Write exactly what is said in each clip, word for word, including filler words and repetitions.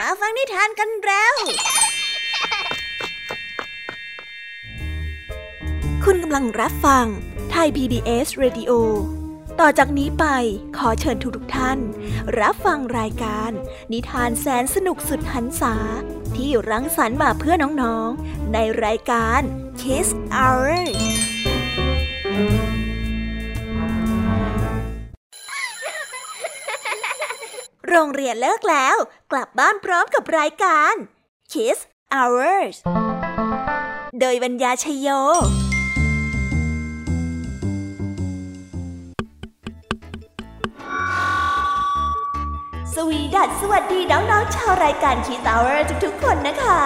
มาฟังนิทานกันแล้วคุณกำลังรับฟังไทย พี บี เอส Radio ต่อจากนี้ไปขอเชิญทุกท่านรับฟังรายการนิทานแสนสนุกสุดหรรษาที่รังสรรค์มาเพื่อน้องๆในรายการ Kids Hourโรงเรียนเลิกแล้วกลับบ้านพร้อมกับรายการ Kids Hours โดยบรรยาชโยสวีดัสสวัสดีน้องๆชาวรายการ Kids Hours ทุกๆคนนะคะ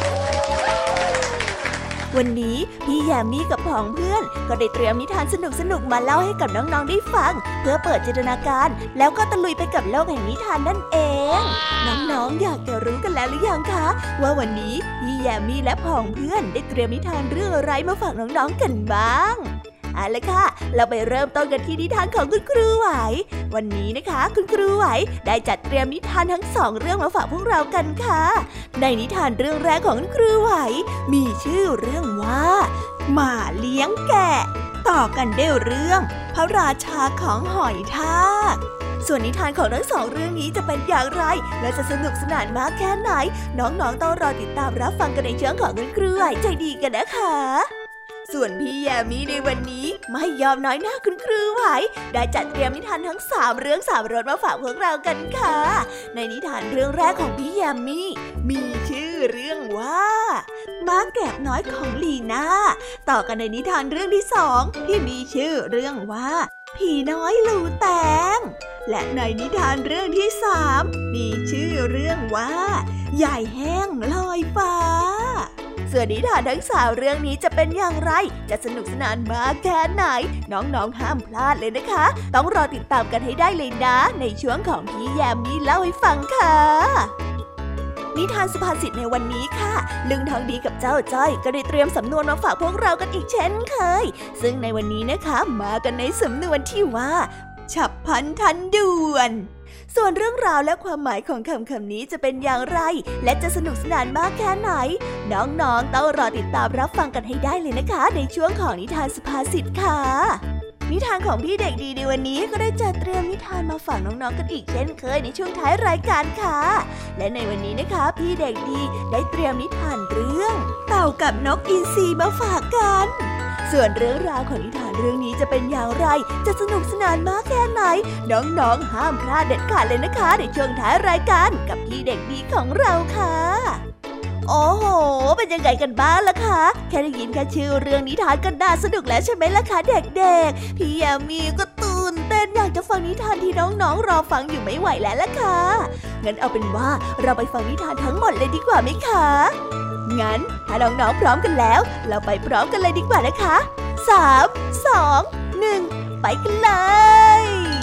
วันนี้พี่แยมมี่กับผองเพื่อนก็ได้เตรียมนิทานสนุกๆมาเล่าให้กับน้องๆได้ฟังเพื่อเปิดจินตนาการแล้วก็ตะลุยไปกับโลกแห่งนิทานนั่นเองน้องๆอยากจะรู้กันแล้วหรือยังคะว่าวันนี้พี่แยมมี่และผองเพื่อนได้เตรียมนิทานเรื่องอะไรมาฝากน้องๆกันบ้างเอาล่ะค่ะเราไปเริ่มต้นกันที่นิทานของคุณครูไหววันนี้นะคะคุณครูไหวได้จัดเตรียมนิทานทั้งสองเรื่องมาฝากพวกเรากันค่ะในนิทานเรื่องแรกของคุณครูไหวมีชื่อเรื่องว่าหมาเลี้ยงแกะต่อกันด้วยเรื่องพระราชาของหอยทากส่วนนิทานของทั้งสองเรื่องนี้จะเป็นอย่างไรและจะสนุกสนานมากแค่ไหนน้องๆต้องรอติดตามรับฟังกันในช่วงของคุณครูไหวใจดีกันนะคะส่วนพี่แยมมี่ในวันนี้ไม่ยอมน้อยหน้าคุณครูไหวได้จัดเตรียมนิทานทั้งสามเรื่องสามรสมาฝากพวกเรากันค่ะในนิทานเรื่องแรกของพี่แยมมี่มีชื่อเรื่องว่าม้าแกะน้อยของลีน่าต่อกันในนิทานเรื่องที่สองที่มีชื่อเรื่องว่าผีน้อยลูแตงและในนิทานเรื่องที่สามมีชื่อเรื่องว่าใหญ่แห้งลอยฟ้าส่วนนิทานทั้งสามเรื่องนี้จะเป็นอย่างไรจะสนุกสนานมากแค่ไหนน้องๆห้ามพลาดเลยนะคะต้องรอติดตามกันให้ได้เลยนะในช่วงของพี่แยมมี่เล่าให้ฟังค่ะนิทานสุภาษิตในวันนี้ค่ะลุงทองดีกับเจ้าจ้อยก็ได้เตรียมสำนวนมาฝากพวกเรากันอีกเช่นเคยซึ่งในวันนี้นะคะมากันในสำนวนที่ว่าฉับพลันทันด่วนส่วนเรื่องราวและความหมายของคำคำนี้จะเป็นอย่างไรและจะสนุกสนานมากแค่ไหนน้องๆต้องรอติดตามรับฟังกันให้ได้เลยนะคะในช่วงของนิทานสุภาษิตค่ะนิทานของพี่เด็กดีในวันนี้ก็ได้จัดเตรียมนิทานมาฝากน้องๆกันอีกเช่นเคยในช่วงท้ายรายการค่ะและในวันนี้นะคะพี่เด็กดีได้เตรียมนิทานเรื่องเต่ากับนกอินทรีมาฝากกันส่วนเรื่องราวของนิทานเรื่องนี้จะเป็นอย่างไรจะสนุกสนานมากแค่ไหนน้องๆห้ามพลาดเด็ดขาดเลยนะคะในช่วงท้ายรายการกับพี่เด็กดีของเราค่ะโอ้โหเป็นยังไงกันบ้างล่ะคะแค่ได้ยินแค่ชื่อเรื่องนิทานก็น่าสนุกแล้วใช่ไหมล่ะคะเด็กๆพี่แยมมี่ก็ตื่นเต้นอยากจะฟังนิทานที่น้องๆรอฟังอยู่ไม่ไหวแล้วล่ะค่ะงั้นเอาเป็นว่าเราไปฟังนิทานทั้งหมดเลยดีกว่าไหมคะงั้นถ้าน้องๆพร้อมกันแล้วเราไปพร้อมกันเลยดีกว่านะคะสาม สอง หนึ่งไปกันเลย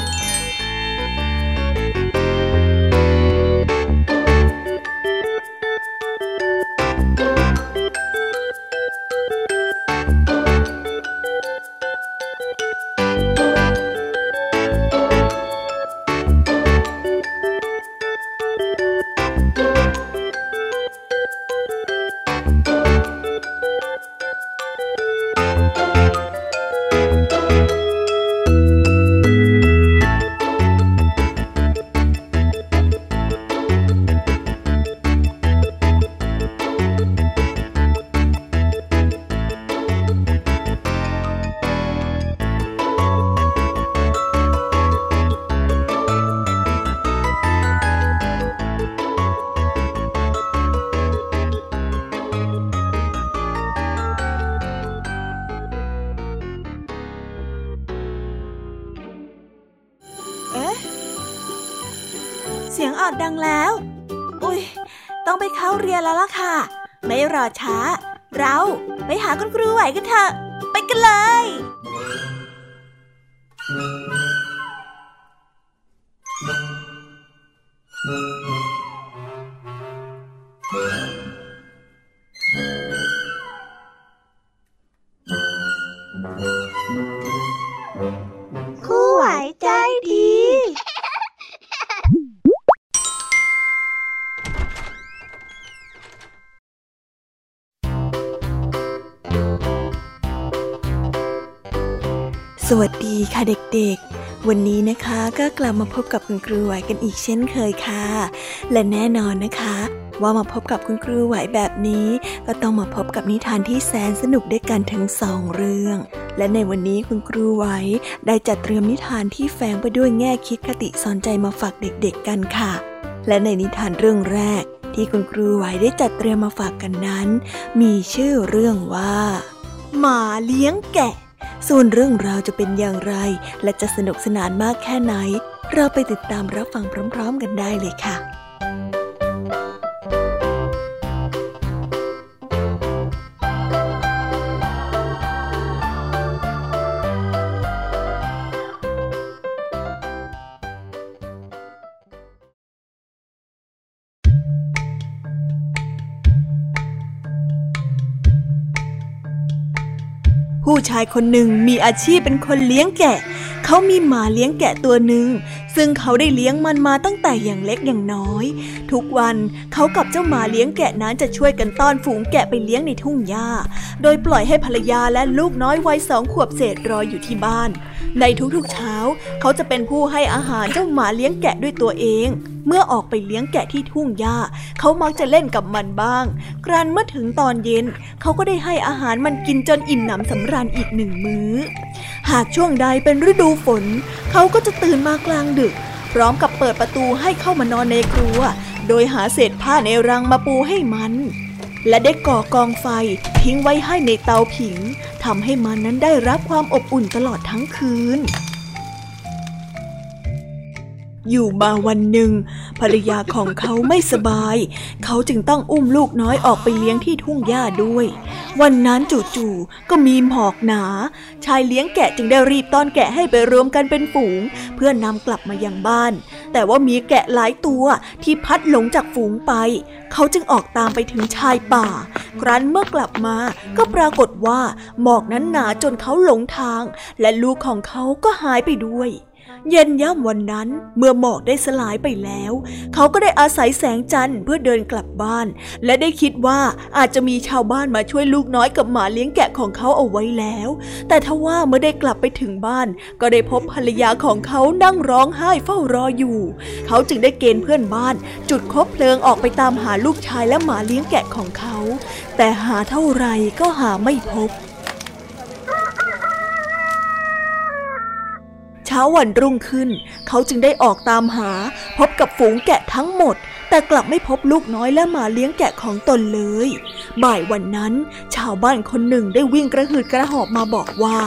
เสียงออดดังแล้วอุ๊ยต้องไปเข้าเรียนแล้วล่ะค่ะไม่รอช้าเราไปหาคุณครูไหวกันเถอะไปกันเลยครูไหวใจดีสวัสดีค่ะเด็กๆวันนี้นะคะก็กลับมาพบกับคุณครูไหวกันอีกเช่นเคยค่ะและแน่นอนนะคะว่ามาพบกับคุณครูไหวแบบนี้ก็ต้องมาพบกับนิทานที่แสนสนุกด้วยกันทั้งสองเรื่องและในวันนี้คุณครูไหวได้จัดเตรียมนิทานที่แฝงไปด้วยแง่คิดคติสอนใจมาฝากเด็กๆกันค่ะและในนิทานเรื่องแรกที่คุณครูไหวได้จัดเตรียมมาฝากกันนั้นมีชื่อเรื่องว่าหมาเลี้ยงแกะส่วนเรื่องราวจะเป็นอย่างไรและจะสนุกสนานมากแค่ไหนเราไปติดตามรับฟังพร้อมๆกันได้เลยค่ะผู้ชายคนหนึ่งมีอาชีพเป็นคนเลี้ยงแกะเขามีหมาเลี้ยงแกะตัวหนึ่งซึ่งเขาได้เลี้ยงมันมาตั้งแต่อย่างเล็กอย่างน้อยทุกวันเขากับเจ้าหมาเลี้ยงแกะนั้นจะช่วยกันต้อนฝูงแกะไปเลี้ยงในทุ่งหญ้าโดยปล่อยให้ภรรยาและลูกน้อยวัยสองขวบเศษรออยู่ที่บ้านในทุกๆเช้าเขาจะเป็นผู้ให้อาหารเจ้าหมาเลี้ยงแกะด้วยตัวเองเมื่อออกไปเลี้ยงแกะที่ทุ่งหญ้าเขามักจะเล่นกับมันบ้างครั้นเมื่อถึงตอนเย็นเขาก็ได้ให้อาหารมันกินจนอิ่มหนำสำราญอีกหนึ่งมื้อหากช่วงใดเป็นฤดูฝนเขาก็จะตื่นมากลางดึกพร้อมกับเปิดประตูให้เข้ามานอนในครัวโดยหาเศษผ้าในรังมาปูให้มันและได้ก่อกองไฟทิ้งไว้ให้ในเตาผิงทำให้มันนั้นได้รับความอบอุ่นตลอดทั้งคืนอยู่มาวันหนึ่งภรรยาของเขาไม่สบายเขาจึงต้องอุ้มลูกน้อยออกไปเลี้ยงที่ทุ่งหญ้าด้วยวันนั้นจู่ๆก็มีหมอกหนาชายเลี้ยงแกะจึงได้รีบต้อนแกะให้ไปรวมกันเป็นฝูงเพื่อนำกลับมายังบ้านแต่ว่ามีแกะหลายตัวที่พัดหลงจากฝูงไปเขาจึงออกตามไปถึงชายป่าครั้นเมื่อกลับมาก็ปรากฏว่าหมอกนั้นหนาจนเขาหลงทางและลูกของเขาก็หายไปด้วยเย็นย่ำวันนั้นเมื่อหมอกได้สลายไปแล้วเขาก็ได้อาศัยแสงจันทร์เพื่อเดินกลับบ้านและได้คิดว่าอาจจะมีชาวบ้านมาช่วยลูกน้อยกับหมาเลี้ยงแกะของเขาเอาไว้แล้วแต่ทว่าเมื่อได้กลับไปถึงบ้านก็ได้พบภรรยาของเขานั่งร้องไห้เฝ้ารออยู่เขาจึงได้เกณฑ์เพื่อนบ้านจุดคบเพลิงออกไปตามหาลูกชายและหมาเลี้ยงแกะของเขาแต่หาเท่าไรก็หาไม่พบเช้าวันรุ่งขึ้นเขาจึงได้ออกตามหาพบกับฝูงแกะทั้งหมดแต่กลับไม่พบลูกน้อยและหมาเลี้ยงแกะของตนเลยบ่ายวันนั้นชาวบ้านคนหนึ่งได้วิ่งกระหืดกระหอบมาบอกว่า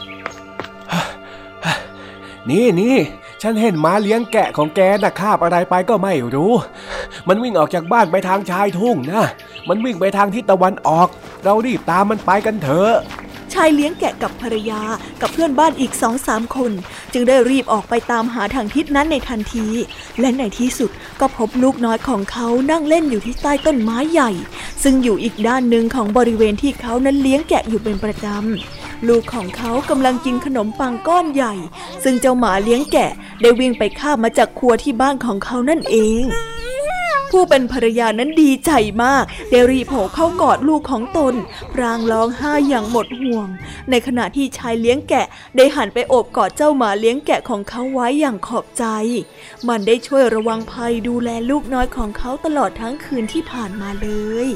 นี่นี่ฉันเห็นหมาเลี้ยงแกะของแกน่ะคาบอะไรไปก็ไม่รู้มันวิ่งออกจากบ้านไปทางชายทุ่งนะมันวิ่งไปทางทิศตะวันออกเรารีบตามมันไปกันเถอะชายเลี้ยงแกะกับภรรยากับเพื่อนบ้านอีก สองสาม คนจึงได้รีบออกไปตามหาทางทิศนั้นในทันทีและในที่สุดก็พบลูกน้อยของเขานั่งเล่นอยู่ที่ใต้ต้นไม้ใหญ่ซึ่งอยู่อีกด้านหนึ่งของบริเวณที่เขานั้นเลี้ยงแกะอยู่เป็นประจำลูกของเขากำลังกินขนมปังก้อนใหญ่ซึ่งเจ้าหมาเลี้ยงแกะได้วิ่งไปคาบมาจากครัวที่บ้านของเขานั่นเองผู้เป็นภรรยานั้นดีใจมากได้รีบโผล่เข้ากอดลูกของตนพรางร้องไห้อย่างหมดห่วงในขณะที่ชายเลี้ยงแกะได้หันไปโอบกอดเจ้าหมาเลี้ยงแกะของเขาไว้อย่างขอบใจมันได้ช่วยระวังภัยดูแลลูกน้อยของเขาตลอดทั้งคืนที่ผ่านมาเลย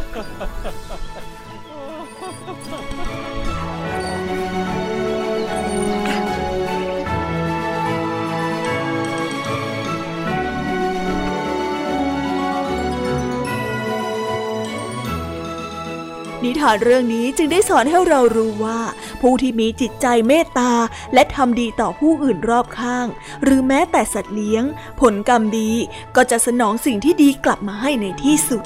นิทานเรื่องนี้จึงได้สอนให้เรารู้ว่าผู้ที่มีจิตใจเมตตาและทำดีต่อผู้อื่นรอบข้างหรือแม้แต่สัตว์เลี้ยงผลกรรมดีก็จะสนองสิ่งที่ดีกลับมาให้ในที่สุด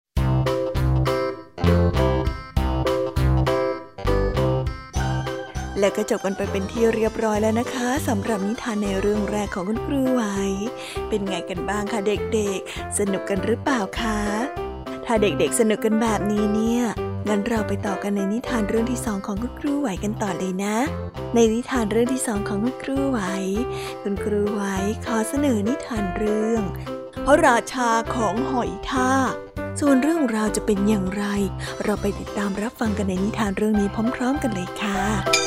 แและก็จบกันไปเป็นที่เรียบร้อยแล้วนะคะสำหรับนิทานในเรื่องแรกของคุณครูไหวเป็นไงกันบ้างคะเด็กๆสนุกกันหรือเปล่าคะถ้าเด็กๆสนุกกันแบบนี้เนี่ยงั้นเราไปต่อกันในนิทานเรื่องที่สองของคุณครูไหวกันต่อเลยนะในนิทานเรื่องที่สองของคุณครูไหวคุณครูไหวขอเสนอนิทานเรื่องพระราชาของหอยทากส่วนเรื่องราวจะเป็นอย่างไรเราไปติดตามรับฟังกันในนิทานเรื่องนี้พร้อมๆกันเลยค่ะ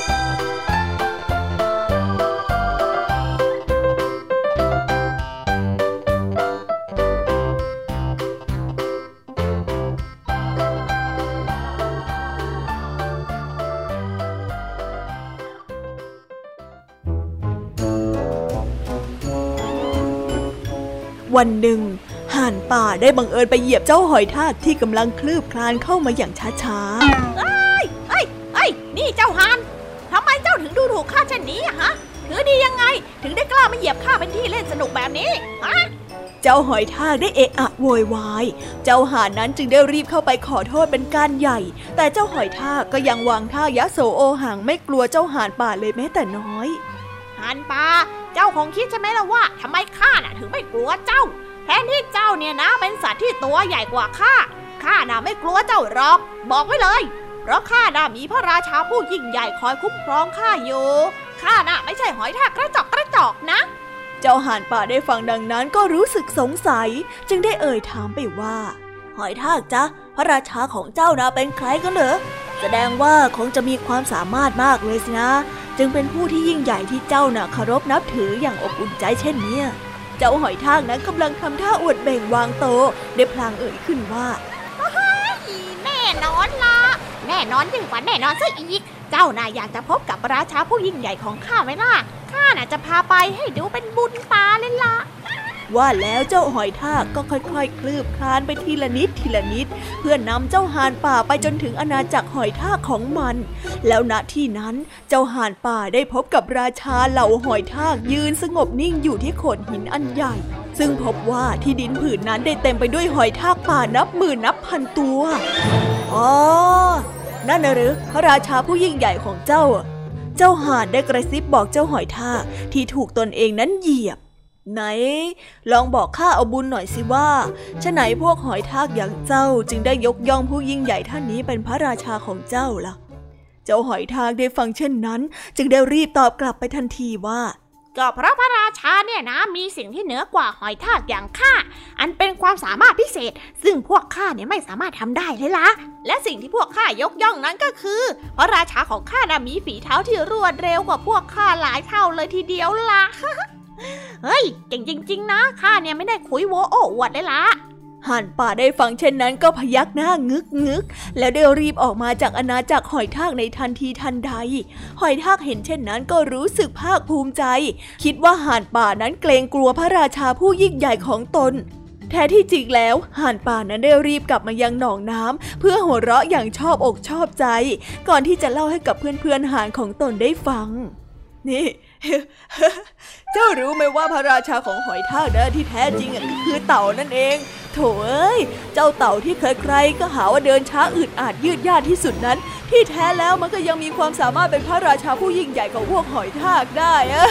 วันหนึ่งห่านป่าได้บังเอิญไปเหยียบเจ้าหอยทากที่กำลังคลืบคลานเข้ามาอย่างช้าๆเอ้ยเอ้ยเอ้ยนี่เจ้าห่านทำไมเจ้าถึงดูถูกข้าเช่นนี้อะฮะถือดียังไงถึงได้กล้ามาเหยียบข้าเป็นที่เล่นสนุกแบบนี้ฮะเจ้าหอยทากได้เอะอะโวยวายเจ้าห่านนั้นจึงได้รีบเข้าไปขอโทษเป็นการใหญ่แต่เจ้าหอยทากก็ยังวางท่ายะโสโอหังไม่กลัวเจ้าห่านป่าเลยแม้แต่น้อยห่านป่าเจ้าคงคิดใช่ไหมล่ะว่าทำไมข้าน่ะถึงไม่กลัวเจ้าแทนที่เจ้าเนี่ยนะเป็นสัตว์ที่ตัวใหญ่กว่าข้าข้าน่ะไม่กลัวเจ้าหรอกบอกไว้เลยเพราะข้าน่ะมีพระราชาผู้ยิ่งใหญ่คอยคุ้มครองข้าอยู่ข้าน่ะไม่ใช่หอยทากกระจอกกระจอกนะเจ้าห่านป่าได้ฟังดังนั้นก็รู้สึกสงสัยจึงได้เอ่ยถามไปว่าหอยทากจ๊ะพระราชาของเจ้าน่ะเป็นใครกันเหรอแสดงว่าคงจะมีความสามารถมากเลยสินะจึงเป็นผู้ที่ยิ่งใหญ่ที่เจ้าน่ะเคารพนับถืออย่างอบอุ่นใจเช่นนี้เจ้าหอยทากนั้นกำลังทำท่าอวดเบ่งวางโตได้พลางเอ่ยขึ้นว่าแน่นอนละแน่นอนยิ่งกว่าแน่นอนซะอีกเจ้าน่ะอยากจะพบกับราชาผู้ยิ่งใหญ่ของข้าไหมล่ะข้าน่ะจะพาไปให้ดูเป็นบุญตาเลยล่ะว่าแล้วเจ้าหอยทากก็ค่อยๆคลืบคลานไปทีละนิดทีละนิดเพื่อนำเจ้าห่านป่าไปจนถึงอาณาจักรหอยทากของมันแล้วณที่นั้นเจ้าห่านป่าได้พบกับราชาเหล่าหอยทากยืนสงบนิ่งอยู่ที่โขดหินอันใหญ่ซึ่งพบว่าที่ดินผืนนั้นได้เต็มไปด้วยหอยทากป่านับหมื่นนับพันตัวอ๋อนั่นน่ะหรือพระราชาผู้ยิ่งใหญ่ของเจ้าเจ้าห่านได้กระซิบบอกเจ้าหอยทากที่ถูกตนเองนั้นเหยียบไหนลองบอกข้าเอาบุญหน่อยสิว่าฉะไหนพวกหอยทากอย่างเจ้าจึงได้ยกย่องผู้ยิ่งใหญ่ท่านนี้เป็นพระราชาของเจ้าล่ะเจ้าหอยทากได้ฟังเช่นนั้นจึงได้รีบตอบกลับไปทันทีว่าก็เพราะพระราชาเนี่ยนะมีสิ่งที่เหนือกว่าหอยทากอย่างข้าอันเป็นความสามารถพิเศษซึ่งพวกข้าเนี่ยไม่สามารถทำได้เลยล่ะและสิ่งที่พวกข้ายกย่องนั้นก็คือพระราชาของข้าน่ะมีฝีเท้าที่รวดเร็วกว่าพวกข้าหลายเท่าเลยทีเดียวล่ะ เฮ้ยเก่งจริงๆนะข้าเนี่ยไม่ได้คุยโวโอ้อวดเลยล่ะห่านป่าได้ฟังเช่นนั้นก็พยักหน้างึกงึกแล้วได้รีบออกมาจากอาณาจักรหอยทากในทันทีทันใดหอยทากเห็นเช่นนั้นก็รู้สึกภาคภูมิใจคิดว่าห่านป่านั้นเกรงกลัวพระราชาผู้ยิ่งใหญ่ของตนแท้ที่จริงแล้วห่านป่านั้นได้รีบกลับมายังหนองน้ำเพื่อหัวเราะอย่างชอบอกชอบใจก่อนที่จะเล่าให้กับเพื่อนๆห่านของตนได้ฟังนี่ เจ้ารู้ไหมว่าพระราชาของหอยทากนะที่แท้จริงก็คือเต่านั่นเองโถเอ้ยเจ้าเต่าที่ใครๆก็หาว่าเดินช้าอึดอัดยืดยาดที่สุดนั้นที่แท้แล้วมันก็ยังมีความสามารถเป็นพระราชาผู้ยิ่งใหญ่ของพวกหอยทากได้อะ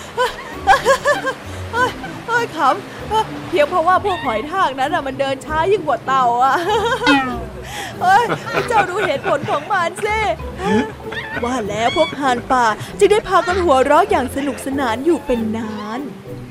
เฮ้ยขำเพียงเพราะว่าพวกหอยทากนั้นมันเดินช้ายิ่งกว่าเต่าอ่ะเฮ้ยเจ้าดูเหตุผลของมันสิว่าแล้วพวกห่านป่าจึงได้พากันหัวเราะอย่างสนุกสนานอยู่เป็นนาน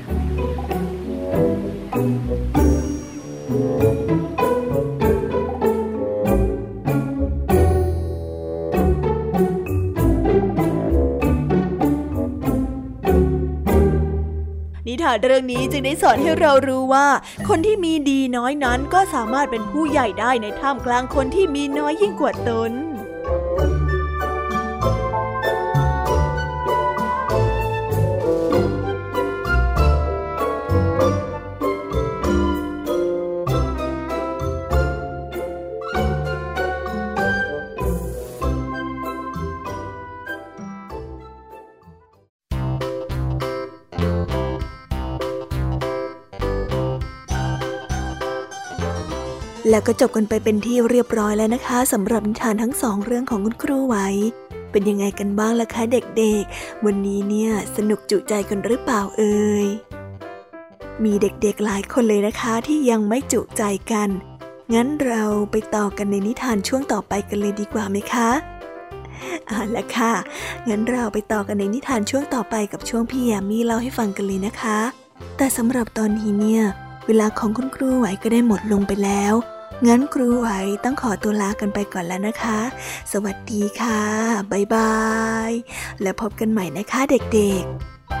นิทานเรื่องนี้จึงได้สอนให้เรารู้ว่าคนที่มีดีน้อยนั้นก็สามารถเป็นผู้ใหญ่ได้ในท่ามกลางคนที่มีน้อยยิ่งกว่าตน แล้วก็จบกันไปเป็นที่เรียบร้อยแล้วนะคะสำหรับนิทานทั้งสองเรื่องของคุณครูไหวเป็นยังไงกันบ้างล่ะคะเด็กๆวันนี้เนี่ยสนุกจุใจกันหรือเปล่าเอ่ยมีเด็กๆหลายคนเลยนะคะที่ยังไม่จุใจกันงั้นเราไปต่อกันในนิทานช่วงต่อไปกันเลยดีกว่าไหมคะเอาล่ะค่ะงั้นเราไปต่อกันในนิทานช่วงต่อไปกับช่วงพี่แยมมี่เล่าให้ฟังกันเลยนะคะแต่สำหรับตอนนี้เนี่ยเวลาของคุณครูไหวก็ได้หมดลงไปแล้วงั้นครูไหวต้องขอตัวลากันไปก่อนแล้วนะคะสวัสดีค่ะบ๊ายบายแล้วพบกันใหม่นะคะเด็กๆ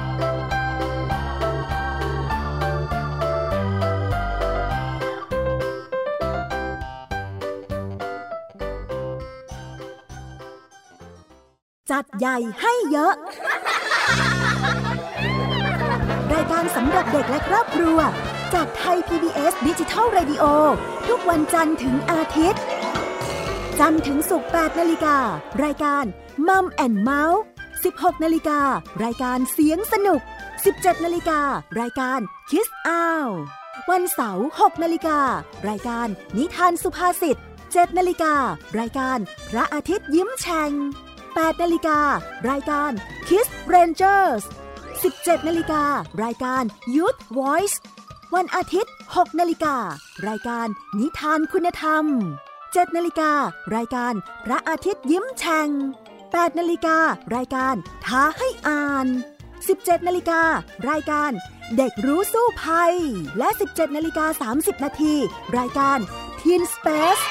จัดใหญ่ให้เยอะรายการสำหรับเด็กและครอบครัวจากไทย พี บี เอส Digital Radio ทุกวันจันทร์ถึงอาทิตย์จันทร์ถึงศุกร์แปดนาฬิการายการ Mum and Mouse สิบหกนาฬิการายการเสียงสนุก สิบเจ็ดนาฬิการายการ Kids Out วันเสาร์หกนาฬิการายการนิทานสุภาษิต เจ็ดนาฬิการายการพระอาทิตย์ยิ้มแฉ่งแปดนาฬิการายการ Kids Rangers สิบเจ็ดนาฬิการายการ Youth Voice วันอาทิตย์หกนาฬิการายการนิทานคุณธรรมเจ็ดนาฬิการายการพระอาทิตย์ยิ้มแฉ่งแปดนาฬิการายการท้าให้อ่านสิบเจ็ดนาฬิการายการเด็กรู้สู้ภัยและสิบเจ็ดนาฬิกาสามสิบนาทีรายการ Teen Space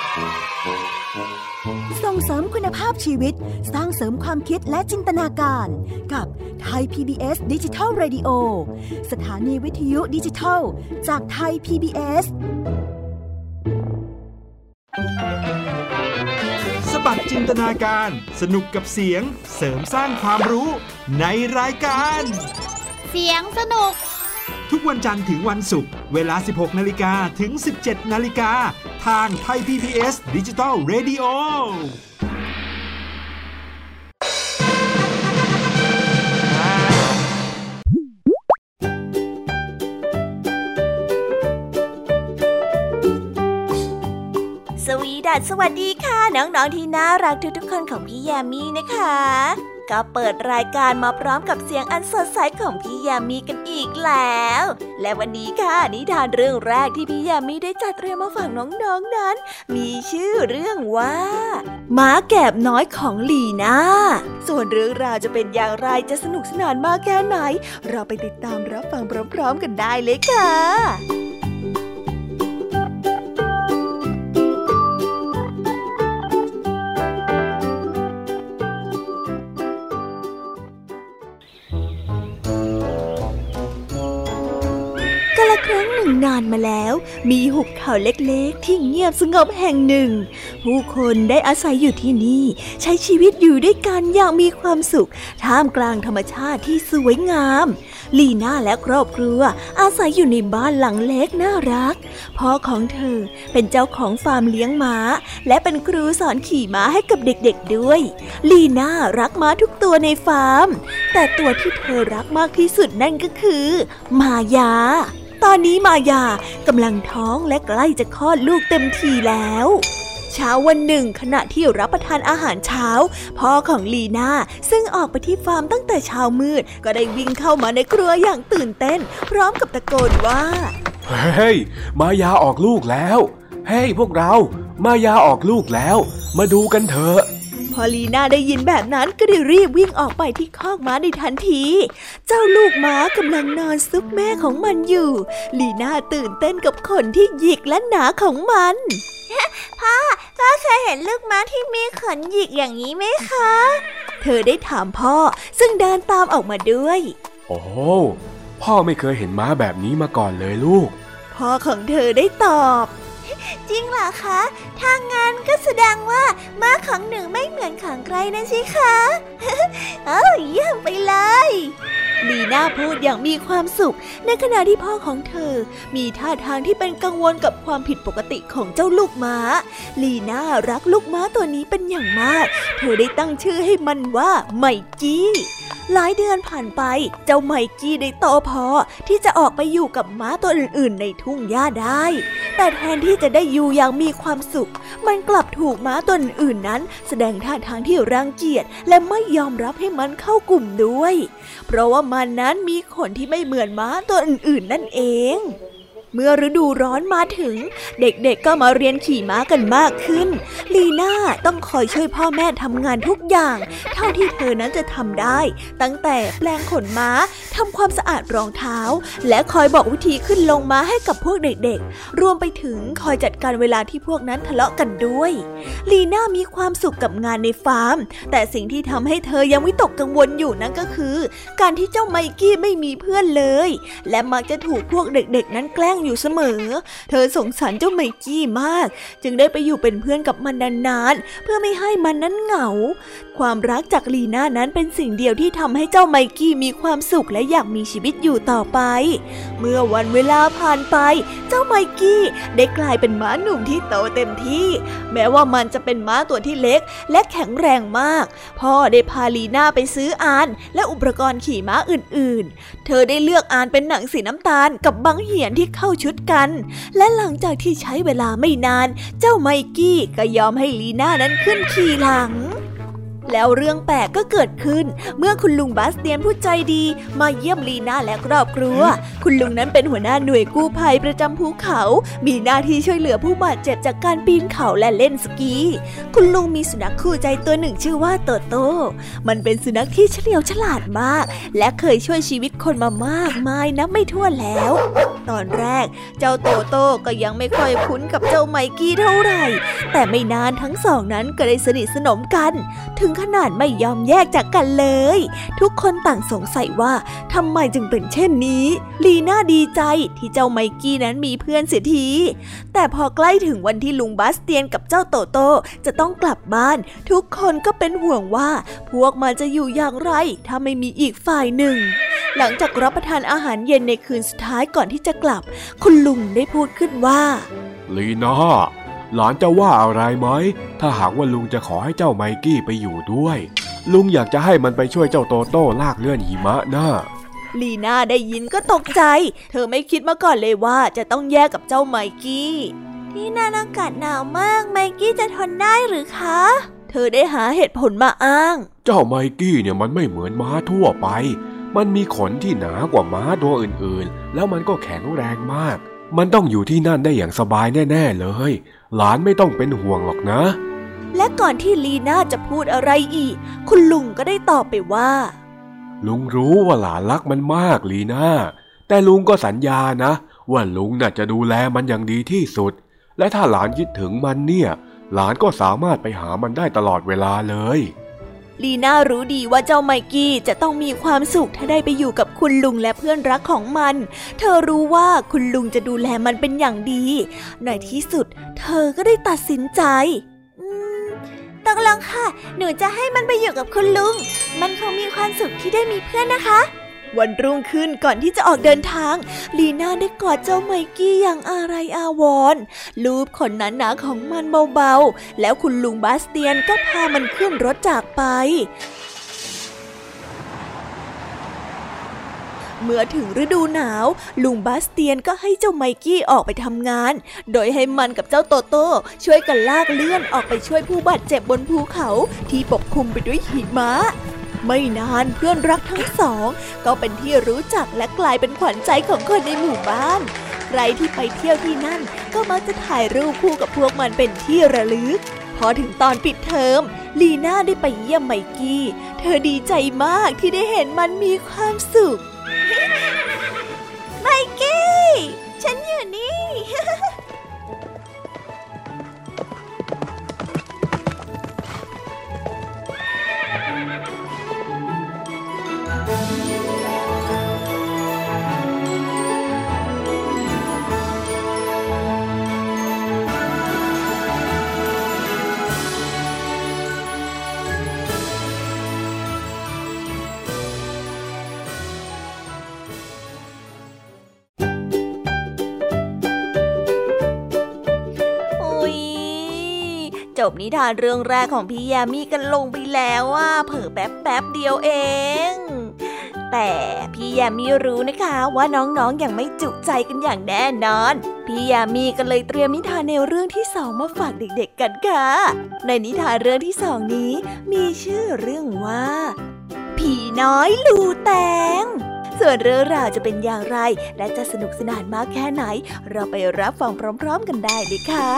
ส่งเสริมคุณภาพชีวิตสร้างเสริมความคิดและจินตนาการกับไทย พี บี เอส Digital Radio สถานีวิทยุดิจิทัลจากไทย พี บี เอสสบัดจินตนาการสนุกกับเสียงเสริมสร้างความรู้ในรายการเสียงสนุกทุกวันจันทร์ถึงวันศุกร์เวลา สิบหกนาฬิกา ถึง สิบเจ็ดนาฬิกา ทางไทย พี บี เอส Digital Radio สวีดัสสวัสดีค่ะน้องๆที่น่ารักทุกๆคนของพี่แยมมี่นะคะก็เปิดรายการมาพร้อมกับเสียงอันสดใสของพี่แยมมี่กันอีกแล้วและวันนี้ค่ะนิทานเรื่องแรกที่พี่แยมมี่ได้จัดเตรียมมาฝากน้องๆ น, นั้นมีชื่อเรื่องว่าม้าแกบน้อยของลีน่าส่วนเรื่องราวจะเป็นอย่างไรจะสนุกสนานมากแค่ไหนเราไปติดตามรับฟังพร้อมๆกันได้เลยค่ะครั้งหนึ่งนานมาแล้วมีหุบเขาเล็กๆที่เงียบสงบแห่งหนึ่งผู้คนได้อาศัยอยู่ที่นี่ใช้ชีวิตอยู่ด้วยกันอย่างมีความสุขท่ามกลางธรรมชาติที่สวยงามลีน่าและครอบครัวอาศัยอยู่ในบ้านหลังเล็กน่ารักพ่อของเธอเป็นเจ้าของฟาร์มเลี้ยงม้าและเป็นครูสอนขี่ม้าให้กับเด็กๆด้วยลีน่ารักม้าทุกตัวในฟาร์มแต่ตัวที่เธอรักมากที่สุดนั่นก็คือมายาตอนนี้มายากำลังท้องและใกล้จะคลอดลูกเต็มทีแล้วเช้าวันหนึ่งขณะที่รับประทานอาหารเช้าพ่อของลีน่าซึ่งออกไปที่ฟาร์มตั้งแต่เช้ามืดก็ได้วิ่งเข้ามาในครัวอย่างตื่นเต้นพร้อมกับตะโกนว่าเฮ้ยมายาออกลูกแล้วเฮ้ยพวกเรามายาออกลูกแล้วมาดูกันเถอะพอลีน่าได้ยินแบบนั้นก็ได้รีบวิ่งออกไปที่คอกม้าในทันทีเจ้าลูกม้ากำลังนอนซุกแม่ของมันอยู่ลีน่าตื่นเต้นกับขนที่หยิกและหนาของมันพ่อพ่อเคยเห็นลูกม้าที่มีขนหยิกอย่างนี้ไหมคะเธอได้ถามพ่อซึ่งเดินตามออกมาด้วยโอ้พ่อไม่เคยเห็นม้าแบบนี้มาก่อนเลยลูกพ่อของเธอได้ตอบจริงเหรอคะถ้างั้นก็แสดงว่าม้าของหนูไม่เหมือนของใครนะสิคะ เอ้าเยี่ยมไปเลยลีน่าพูดอย่างมีความสุขในขณะที่พ่อของเธอมีท่าทางที่เป็นกังวลกับความผิดปกติของเจ้าลูกม้าลีน่ารักลูกม้าตัวนี้เป็นอย่างมากเธอได้ตั้งชื่อให้มันว่าไมกี้หลายเดือนผ่านไปเจ้าไมกี้ได้โตพอที่จะออกไปอยู่กับม้าตัวอื่นๆในทุ่งหญ้าได้แต่แทนที่จะได้อยู่อย่างมีความสุขมันกลับถูกม้าตัวอื่นๆนั้นแสดงท่าทางที่รังเกียจและไม่ยอมรับให้มันเข้ากลุ่มด้วยเพราะว่ามันนั้นมีขนที่ไม่เหมือนม้าตัวอื่นๆนั่นเองเมื่อฤดูร้อนมาถึงเด็กๆก็มาเรียนขี่ม้ากันมากขึ้นลีน่าต้องคอยช่วยพ่อแม่ทำงานทุกอย่างเท่าที่เธอนั้นจะทำได้ตั้งแต่แปลงขนม้าทำความสะอาดรองเท้าและคอยบอกวิธีขึ้นลงม้าให้กับพวกเด็กๆรวมไปถึงคอยจัดการเวลาที่พวกนั้นทะเลาะกันด้วยลีน่ามีความสุขกับงานในฟาร์มแต่สิ่งที่ทำให้เธอยังวิตกกังวลอยู่นั่นก็คือการที่เจ้าไมกี้ไม่มีเพื่อนเลยและมักจะถูกพวกเด็กๆนั้นแกล้งอยู่เสมอเธอสงสารเจ้าไมกี้มากจึงได้ไปอยู่เป็นเพื่อนกับมันนานๆเพื่อไม่ให้มันนั้นเหงาความรักจากลีน่านั้นเป็นสิ่งเดียวที่ทำให้เจ้าไมกี้มีความสุขและอยากมีชีวิตอยู่ต่อไปเมื่อวันเวลาผ่านไปเจ้าไมกี้ได้กลายเป็นม้าหนุ่มที่โตเต็มที่แม้ว่ามันจะเป็นม้าตัวที่เล็กและแข็งแรงมากพ่อได้พาลีน่าไปซื้ออานและอุปกรณ์ขี่ม้าอื่นๆเธอได้เลือกอานเป็นหนังสีน้ำตาลกับบังเหียนที่เข้าชุดกันและหลังจากที่ใช้เวลาไม่นานเจ้าไมกี้ก็ยอมให้ลีน่านั้นขึ้นขี่หลังแล้วเรื่องแปลกก็เกิดขึ้นเมื่อคุณลุงบาสเตียนผู้ใจดีมาเยี่ยมลีน่าและครอบครัวคุณลุงนั้นเป็นหัวหน้าหน่วยกู้ภัยประจำภูเขามีหน้าที่ช่วยเหลือผู้บาดเจ็บจากการปีนเขาและเล่นสกีคุณลุงมีสุนัขคู่ใจตัวหนึ่งชื่อว่าโตโต้มันเป็นสุนัขที่เฉลียวฉลาดมากและเคยช่วยชีวิตคนมามากมายนับไม่ถ้วนแล้วตอนแรกเจ้าโตโต้ก็ยังไม่ค่อยคุ้นกับเจ้าไมกี้เท่าไหร่แต่ไม่นานทั้งสองนั้นก็ได้สนิทสนมกันถึงขนาดไม่ยอมแยกจากกันเลยทุกคนต่างสงสัยว่าทำไมจึงเป็นเช่นนี้ลีน่าดีใจที่เจ้าไมกี้นั้นมีเพื่อนเสียทีแต่พอใกล้ถึงวันที่ลุงบาสเตียนกับเจ้าโตโต้จะต้องกลับบ้านทุกคนก็เป็นห่วงว่าพวกมันจะอยู่อย่างไรถ้าไม่มีอีกฝ่ายหนึ่งหลังจากรับประทานอาหารเย็นในคืนสุดท้ายก่อนที่จะกลับคุณลุงได้พูดขึ้นว่าลีน่าหลานจะว่าอะไรไหมถ้าหากว่าลุงจะขอให้เจ้าไมกี้ไปอยู่ด้วยลุงอยากจะให้มันไปช่วยเจ้าโตโต้ลากเลื่อนหิมะนะลีน่าได้ยินก็ตกใจเธอไม่คิดมาก่อนเลยว่าจะต้องแยกกับเจ้าไมกี้ที่นั่นอากาศหนาวมากไมกี้จะทนได้หรือคะเธอได้หาเหตุผลมาอ้างเจ้าไมกี้เนี่ยมันไม่เหมือนม้าทั่วไปมันมีขนที่หนากว่าม้าตัวอื่นๆแล้วมันก็แข็งแรงมากมันต้องอยู่ที่นั่นได้อย่างสบายแน่ๆเลยหลานไม่ต้องเป็นห่วงหรอกนะและก่อนที่ลีน่าจะพูดอะไรอีกคุณลุงก็ได้ตอบไปว่าลุงรู้ว่าหลานรักมันมากลีน่าแต่ลุงก็สัญญานะว่าลุงน่ะจะดูแลมันอย่างดีที่สุดและถ้าหลานคิดถึงมันเนี่ยหลานก็สามารถไปหามันได้ตลอดเวลาเลยลีน่ารู้ดีว่าเจ้าไมกี้จะต้องมีความสุขถ้าได้ไปอยู่กับคุณลุงและเพื่อนรักของมันเธอรู้ว่าคุณลุงจะดูแลมันเป็นอย่างดีในที่สุดเธอก็ได้ตัดสินใจตกลงค่ะหนูจะให้มันไปอยู่กับคุณลุงมันคงมีความสุขที่ได้มีเพื่อนนะคะวันรุ่งขึ้นก่อนที่จะออกเดินทางลีน่าได้กอดเจ้าไมกี้อย่างอาลัยอาวรณ์ลูบขนหนาๆของมันเบาๆแล้วคุณลุงบาสเตียนก็พามันขึ้นรถจากไปเมื่อถึงฤดูหนาวลุงบาสเตียนก็ให้เจ้าไมกี้ออกไปทำงานโดยให้มันกับเจ้าโตโต้ช่วยกันลากเลื่อนออกไปช่วยผู้บาดเจ็บบนภูเขาที่ปกคลุมไปด้วยหิมะไม่นานเพื่อนรักทั้งสองก็เป็นที่รู้จักและกลายเป็นขวัญใจของคนในหมู่บ้านใครที่ไปเที่ยวที่นั่นก็มักจะถ่ายรูปคู่กับพวกมันเป็นที่ระลึกพอถึงตอนปิดเทอมลีน่าได้ไปเยี่ยมไมกี้เธอดีใจมากที่ได้เห็นมันมีความสุขไมกี้ฉันอยู่นี่จบนิทานเรื่องแรกของพี่ยามีกันลงไปแล้วอ่ะเผลอแป๊บแป๊บเดียวเองแต่พี่ยามีรู้นะคะว่าน้องๆยังไม่จุใจกันอย่างแน่นอนพี่ยามีก็เลยเตรียมนิทานแนวเรื่องที่สองมาฝากเด็กๆกันค่ะในนิทานเรื่องที่สองนี้มีชื่อเรื่องว่าผีน้อยลูแตงส่วนเรื่องราวจะเป็นอย่างไรและจะสนุกสนานมากแค่ไหนเราไปรับฟังพร้อมๆกันได้เลยค่ะ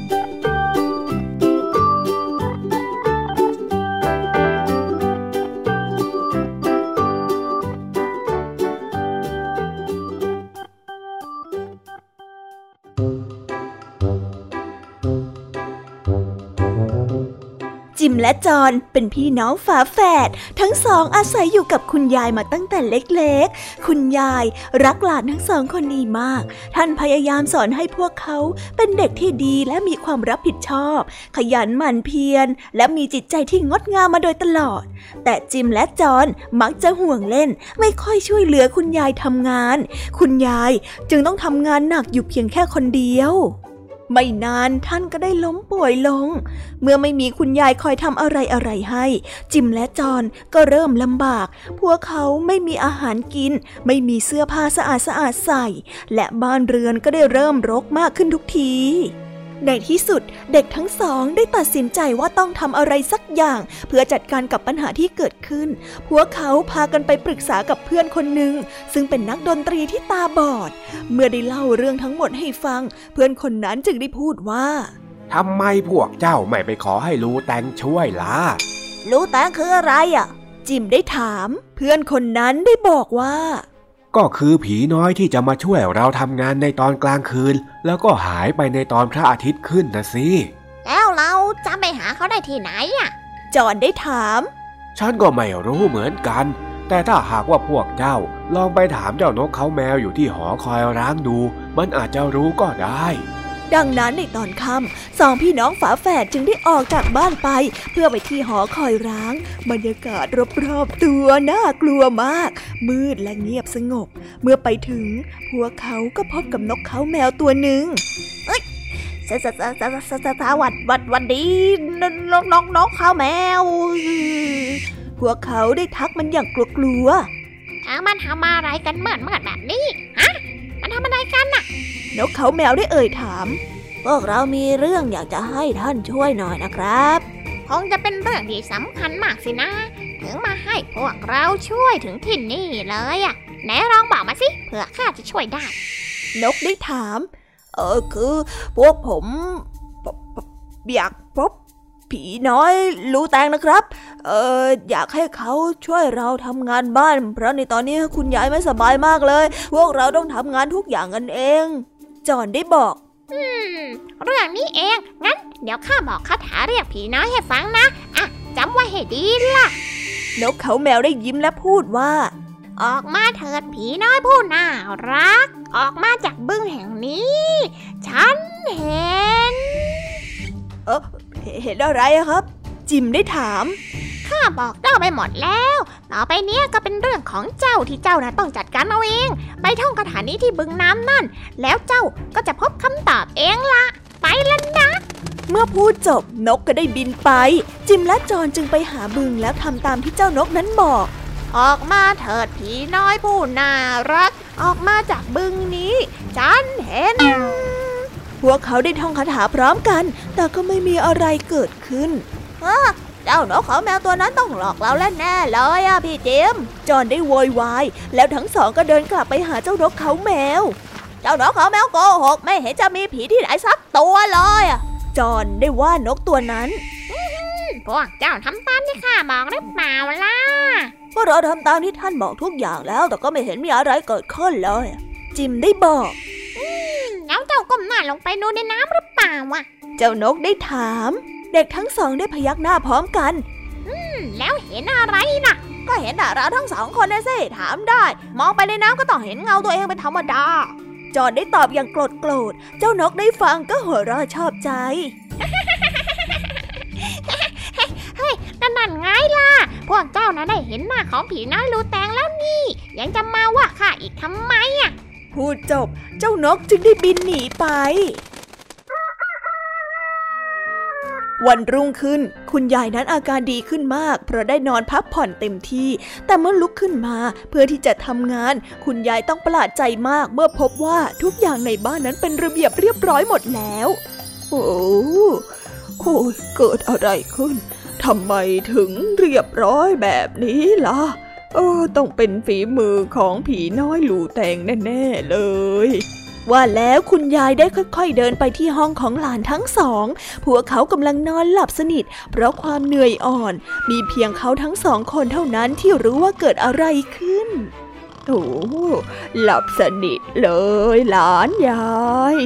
จิมและจอนเป็นพี่น้องฝาแฝดทั้งสองอาศัยอยู่กับคุณยายมาตั้งแต่เล็กๆคุณยายรักหลานทั้งสองคนนี้มากท่านพยายามสอนให้พวกเขาเป็นเด็กที่ดีและมีความรับผิดชอบขยันหมั่นเพียรและมีจิตใจที่งดงามมาโดยตลอดแต่จิมและจอนมักจะห่วงเล่นไม่ค่อยช่วยเหลือคุณยายทำงานคุณยายจึงต้องทำงานหนักอยู่เพียงแค่คนเดียวไม่นานท่านก็ได้ล้มป่วยลงเมื่อไม่มีคุณยายคอยทำอะไรอะไรให้จิมและจอนก็เริ่มลำบากพวกเขาไม่มีอาหารกินไม่มีเสื้อผ้าสะอาดสะอาดใส่และบ้านเรือนก็ได้เริ่มรกมากขึ้นทุกทีในที่สุดเด็กทั้งสองได้ตัดสินใจว่าต้องทำอะไรสักอย่างเพื่อจัดการกับปัญหาที่เกิดขึ้นพวกเขาพากันไปปรึกษากับเพื่อนคนหนึ่งซึ่งเป็นนักดนตรีที่ตาบอดเมื่อได้เล่าเรื่องทั้งหมดให้ฟังเพื่อนคนนั้นจึงได้พูดว่าทำไมพวกเจ้าไม่ไปขอให้ลูแตงช่วยล่ะลูแตงคืออะไรอ่ะจิมได้ถามเพื่อนคนนั้นได้บอกว่าก็คือผีน้อยที่จะมาช่วยเราทำงานในตอนกลางคืนแล้วก็หายไปในตอนพระอาทิตย์ขึ้นนะสิแล้วเราจะไปหาเขาได้ที่ไหนอ่ะจอนได้ถามฉันก็ไม่รู้เหมือนกันแต่ถ้าหากว่าพวกเจ้าลองไปถามเจ้านกเขาแมวอยู่ที่หอคอยร้างดูมันอาจจะรู้ก็ได้ดังนั้นในตอนค่ำสองพี่น้องฝาแฝดจึงได้ออกจากบ้านไปเพื่อไปที่หอคอยร้างบรรยากาศรอบๆตัวน่ากลัวมากมืดและเงียบสงบเมื่อไปถึงพวกเขาก็พบกับนกเขาแมวตัวหนึ่งเอ้ยสสสสสสสวัสดีวัดวันดีนกนกนกเขาแมวพวกเขาได้ทักมันอย่างกลัวๆถ้ามันทำอะไรกันเหมือนเหมือนแบบนี้ฮะมันทำอะไรกันน่ะนกเขาแมวได้เอ่ยถามพวกเรามีเรื่องอยากจะให้ท่านช่วยหน่อยนะครับคงจะเป็นเรื่องที่สำคัญมากสินะถึงมาให้พวกเราช่วยถึงที่นี่เลยอ่ะไหนลองบอกมาสิเผื่อข้าจะช่วยได้นกได้ถามเออคือพวกผมอยากพบผีน้อยลูแตงนะครับเอออยากให้เขาช่วยเราทำงานบ้านเพราะในตอนนี้คุณยายไม่สบายมากเลยพวกเราต้องทำงานทุกอย่างกันเองจอนได้บอกอืมเรื่องนี้เองงั้นเดี๋ยวข้าบอกคาถาเรียกผีน้อยให้ฟังนะอ่ะจำไว้ให้ดีล่ะนกเขาแมวได้ยิ้มและพูดว่าออกมาเถิดผีน้อยผู้น่ารักออกมาจากบึ้งแห่งนี้ฉันเห็นเออเห็นอะไรครับจิมได้ถามข้าบอกเจ้าไปหมดแล้วต่อไปเนี้ยก็เป็นเรื่องของเจ้าที่เจ้าน่ะต้องจัดการเอาเองไปท่องคาถานี้ที่บึงน้ำนั่นแล้วเจ้าก็จะพบคำตอบเองละไปแล้วนะเมื่อพูดจบนกก็ได้บินไปจิมและจอนจึงไปหาบึงแล้วทำตามที่เจ้านกนั้นบอกออกมาเถิดผีน้อยผู้น่ารักออกมาจากบึงนี้ฉันเห็นพวกเขาได้ท่องคาถาพร้อมกันแต่ก็ไม่มีอะไรเกิดขึ้นเฮ้อเจ้านกเขาแมวตัวนั้นต้องหลอกเราแน่ๆเลยอ่ะพี่จิมจอนได้โวยวายแล้วทั้งสองก็เดินกลับไปหาเจ้านกเขาแมวเจ้านกเขาแมวโกหกไม่เห็นจะมีผีที่ไหนสักตัวเลยอ่ะจอนได้ว่านกตัวนั้นพวกเจ้าทำตามที่ข้าบอกหรือเปล่าล่ะพวกเราทำตามที่ท่านบอกทุกอย่างแล้วแต่ก็ไม่เห็นมีอะไรเกิดขึ้นเลยจิมได้บอกแล้วเจ้าก้มหน้าลงไปดูในน้ำหรือเปล่าวะเจ้านกได้ถามเด็กทั้งสองได้พยักหน้าพร้อมกันอืมแล้วเห็นอะไรน่ะก็เห็นเราทั้งสองคนนะสิถามได้มองไปในน้ำก็ต้องเห็นเงาตัวเองเป็นธรรมดาจอนได้ตอบอย่างโกรธโกรธเจ้านกได้ฟังก็หัวเราะชอบใจเฮ้ยนั่นนั่นไงล่ะพวกเจ้าน่ะได้เห็นหน้าของผีน้อยลูแตงแล้วนี่ยังจะมาว่าข้าอีกทำไมอ่ะพูดจบเจ้านกจึงได้บินหนีไปวันรุ่งขึ้นคุณยายนั้นอาการดีขึ้นมากเพราะได้นอนพักผ่อนเต็มที่แต่เมื่อลุกขึ้นมาเพื่อที่จะทำงานคุณยายต้องประหลาดใจมากเมื่อพบว่าทุกอย่างในบ้านนั้นเป็นระเบียบเรียบร้อยหมดแล้วโอ้โอ้ยเกิดอะไรขึ้นทำไมถึงเรียบร้อยแบบนี้ล่ะเออต้องเป็นฝีมือของผีน้อยหลูแตงแน่ๆเลยว่าแล้วคุณยายได้ค่อยๆเดินไปที่ห้องของหลานทั้งสองพวกเขากำลังนอนหลับสนิทเพราะความเหนื่อยอ่อนมีเพียงเขาทั้งสองคนเท่านั้นที่รู้ว่าเกิดอะไรขึ้นโอ้หลับสนิทเลยหลานยาย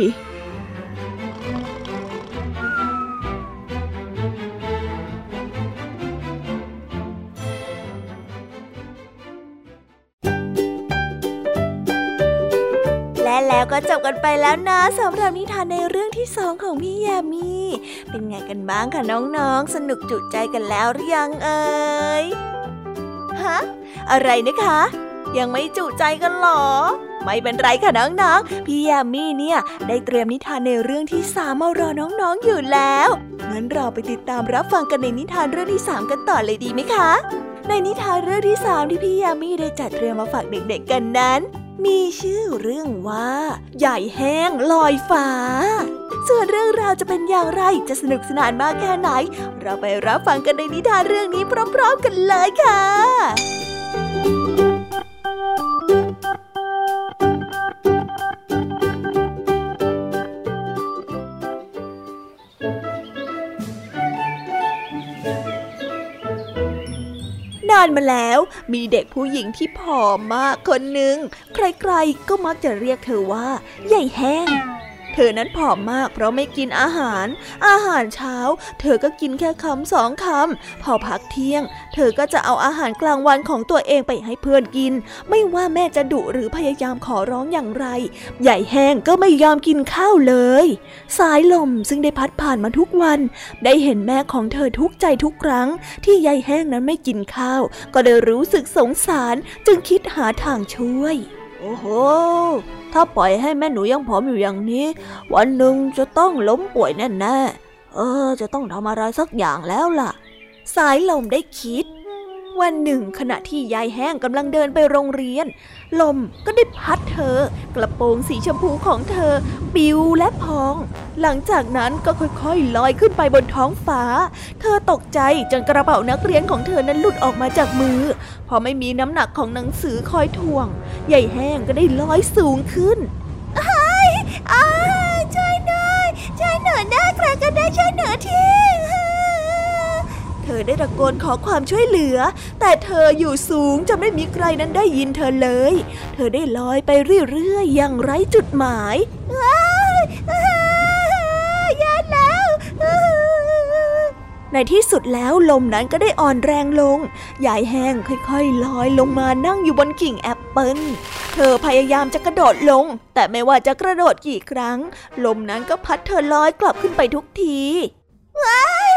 แล้วก็จบกันไปแล้วนะสำหรับนิทานในเรื่องที่สองของพี่ยามีเป็นไงกันบ้างคะน้องๆสนุกจุใจกันแล้วหรือยังเอ่ยฮะอะไรนะคะยังไม่จุใจกันหรอไม่เป็นไรค่ะน้องๆพี่ยามีเนี่ยได้เตรียมนิทานในเรื่องที่สามมารอน้องๆอยู่แล้วงั้นเราไปติดตามรับฟังกันในนิทานเรื่องที่สามกันต่อเลยดีไหมคะในนิทานเรื่องที่สามที่พี่ยามีได้จัดเตรียมมาฝากเด็กๆกันนั้นมีชื่อเรื่องว่าใหญ่แห้งลอยฟ้าส่วนเรื่องราวจะเป็นอย่างไรจะสนุกสนานมากแค่ไหนเราไปรับฟังกันในนิทานเรื่องนี้พร้อมๆกันเลยค่ะนานมาแล้วมีเด็กผู้หญิงที่ผอมมากคนหนึ่งใครๆก็มักจะเรียกเธอว่าใหญ่แห้งเธอนั้นผอมมากเพราะไม่กินอาหารอาหารเช้าเธอก็กินแค่คำสองคำพอพักเที่ยงเธอก็จะเอาอาหารกลางวันของตัวเองไปให้เพื่อนกินไม่ว่าแม่จะดุหรือพยายามขอร้องอย่างไรใหญ่แห้งก็ไม่ยอมกินข้าวเลยสายลมซึ่งได้พัดผ่านมาทุกวันได้เห็นแม่ของเธอทุกข์ใจทุกครั้งที่ใหญ่แห้งนั้นไม่กินข้าวก็ได้รู้สึกสงสารจึงคิดหาทางช่วยโอ้โหถ้าปล่อยให้แม่หนูยังผอมอยู่อย่างนี้วันหนึ่งจะต้องล้มป่วยแน่ๆเออจะต้องทำอะไรสักอย่างแล้วล่ะสายลมได้คิดวันหนึ่งขณะที่ยายแห้งกำลังเดินไปโรงเรียนลมก็ได้พัดเธอกระโปรงสีชมพูของเธอปิวและพองหลังจากนั้นก็ค่อยๆลอยขึ้นไปบนท้องฟ้าเธอตกใจจนกระเป๋านักเรียนของเธอนั้นหลุดออกมาจากมือพอไม่มีน้ำหนักของหนังสือคอยถ่วงยายแห้งก็ได้ลอยสูงขึ้นอ้ายอ้ายช่วยหน่อยช่วยหน่อยนะใครก็ได้ช่วยหน่อยทีเธอได้ตะโกนขอความช่วยเหลือแต่เธออยู่สูงจนไม่มีใครนั้นได้ยินเธอเลยเธอได้ลอยไปเรื่อยๆอย่างไร้จุดหมายอ้ายอ้ายแย่แล้วในที่สุดแล้วลมนั้นก็ได้อ่อนแรงลงยายแห้งค่อยๆลอยลงมานั่งอยู่บนกิ่งแอปเปิ้ลเธอพยายามจะกระโดดลงแต่ไม่ว่าจะกระโดดกี่ครั้งลมนั้นก็พัดเธอลอยกลับขึ้นไปทุกทีว้าย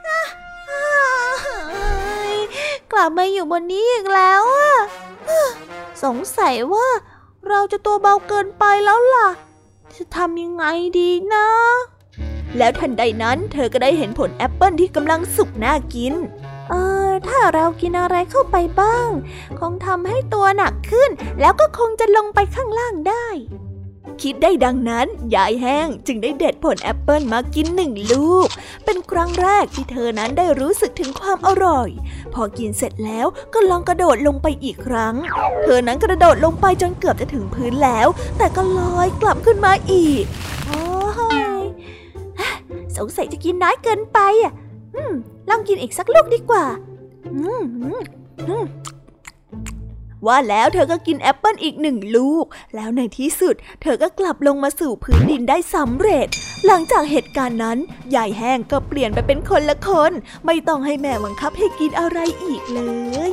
กลับมาอยู่บนนี้อีกแล้วอะสงสัยว่าเราจะตัวเบาเกินไปแล้วล่ะจะทำยังไงดีนะแล้วทันใดนั้นเธอก็ได้เห็นผลแอปเปิ้ลที่กำลังสุกน่ากินเออถ้าเรากินอะไรเข้าไปบ้างคงทำให้ตัวหนักขึ้นแล้วก็คงจะลงไปข้างล่างได้คิดได้ดังนั้นยายแห้งจึงได้เด็ดผลแอปเปิ้ลมากินหนึ่งลูกเป็นครั้งแรกที่เธอนั้นได้รู้สึกถึงความอร่อยพอกินเสร็จแล้วก็ลองกระโดดลงไปอีกครั้งเธอนั้นกระโดดลงไปจนเกือบจะถึงพื้นแล้วแต่ก็ลอยกลับขึ้นมาอีกโอ้ยสงสัยจะกินน้อยเกินไปอ่ะอืมลองกินอีกสักลูกดีกว่าอืมอืมว่าแล้วเธอก็กินแอปเปิ้ลอีกหนึ่งลูกแล้วในที่สุดเธอก็กลับลงมาสู่พื้นดินได้สำเร็จหลังจากเหตุการณ์นั้นยายแห้งก็เปลี่ยนไปเป็นคนละคนไม่ต้องให้แม่บังคับให้กินอะไรอีกเลย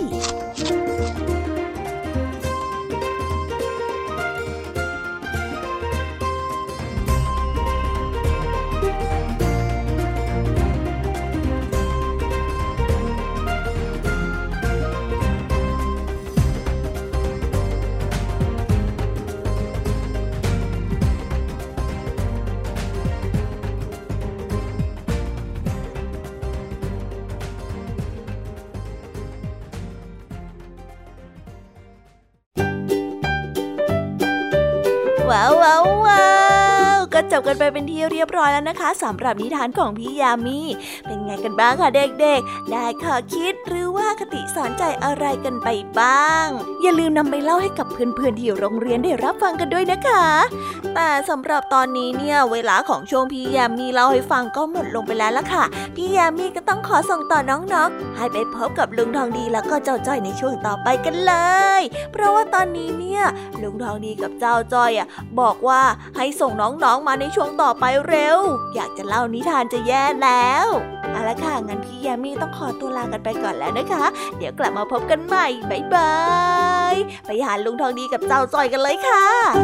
ว้าวว้าวว้าวก็จบกันไปเป็นที่เรียบร้อยแล้วนะคะสำหรับนิทานของพี่ยามีเป็นไงกันบ้างคะเด็กๆได้ข้อคิดหรือว่าคติสอนใจอะไรกันไปบ้างอย่าลืมนำไปเล่าให้กับเพื่อนๆที่โรงเรียนได้รับฟังกันด้วยนะคะแต่สำหรับตอนนี้เนี่ยเวลาของช่วงพี่ยามีเล่าให้ฟังก็หมดลงไปแล้วล่ะค่ะพี่ยามีก็ต้องขอส่งต่อน้องๆให้ไปพบกับลุงทองดีแล้วก็เจ้าจ้อยในช่วงต่อไปกันเลยเพราะว่าตอนนี้เนี่ยลุงทองดีกับเจ้าจ้อยอ่ะบอกว่าให้ส่งน้องๆมาในช่วงต่อไปเร็วอยากจะเล่านิทานจะแย่แล้วเอาละค่ะงั้นพี่ยามีต้องขอตัวลากันไปก่อนแล้วนะคะเดี๋ยวกลับมาพบกันใหม่บ๊ายบายไปหาลุงทองดีกับเจ้าจ้อยกันเลยค่ะ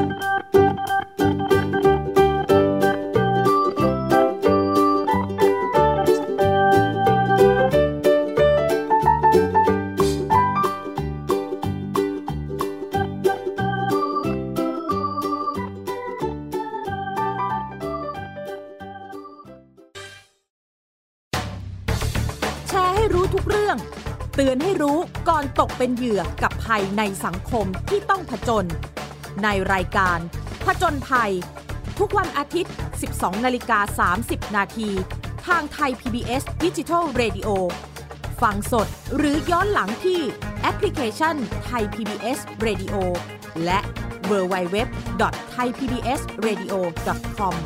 ทุกเรื่องเตือนให้รู้ก่อนตกเป็นเหยื่อกับภัยในสังคมที่ต้องผจญในรายการผจญภัยทุกวันอาทิตย์ สิบสองนาฬิกาสามสิบนาทีทางไทย พี บี เอส Digital Radio ฟังสดหรือย้อนหลังที่แอปพลิเคชัน Thai พี บี เอส Radio และ ดับเบิลยู ดับเบิลยู ดับเบิลยู ดอท ไทย พี บี เอส เรดิโอ ดอท คอม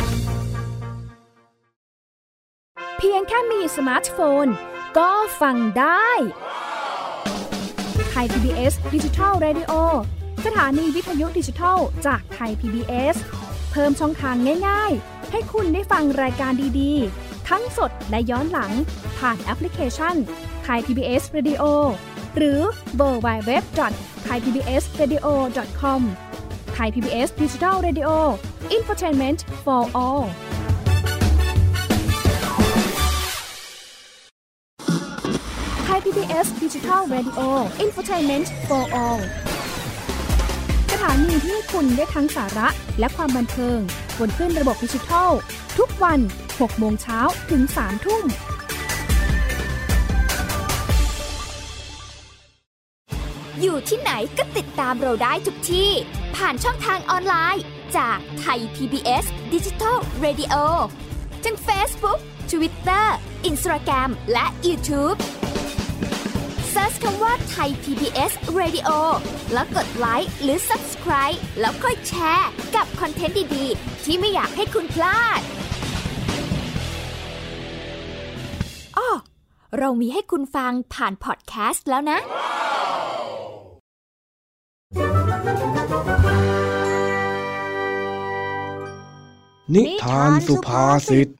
เพียงแค่มีสมาร์ทโฟนก็ฟังได้ไทย พี บี เอส Digital Radio สถานีวิทยุดิจิทัลจากไทย พี บี เอส เพิ่มช่องทางง่ายๆให้คุณได้ฟังรายการดีๆทั้งสดและย้อนหลังผ่านแอปพลิเคชัน Thai พี บี เอส Radio หรือ ดับเบิลยู ดับเบิลยู ดับเบิลยู ดอท ไทย พี บี เอส เรดิโอ ดอท คอม Thai พี บี เอส Digital Radio Infotainment for all Thai พี บี เอส Digital Radio Infotainment for all สถานีที่คุณได้ทั้งสาระและความบันเทิงบนคลื่นระบบดิจิทัลทุกวัน หกโมงเช้าถึง สามทุ่มอยู่ที่ไหนก็ติดตามเราได้ทุกที่ผ่านช่องทางออนไลน์จากไทย พี บี เอส Digital Radio ทั้ง Facebook Twitter Instagram และ YouTubeเซิร์ชคำว่าไทย พี บี เอส Radio แล้วกดไลค์หรือ Subscribe แล้วค่อยแชร์กับคอนเทนต์ดีๆที่ไม่อยากให้คุณพลาดอ้อเรามีให้คุณฟังผ่านพอดแคสต์แล้วนะนิทานสุภาษิต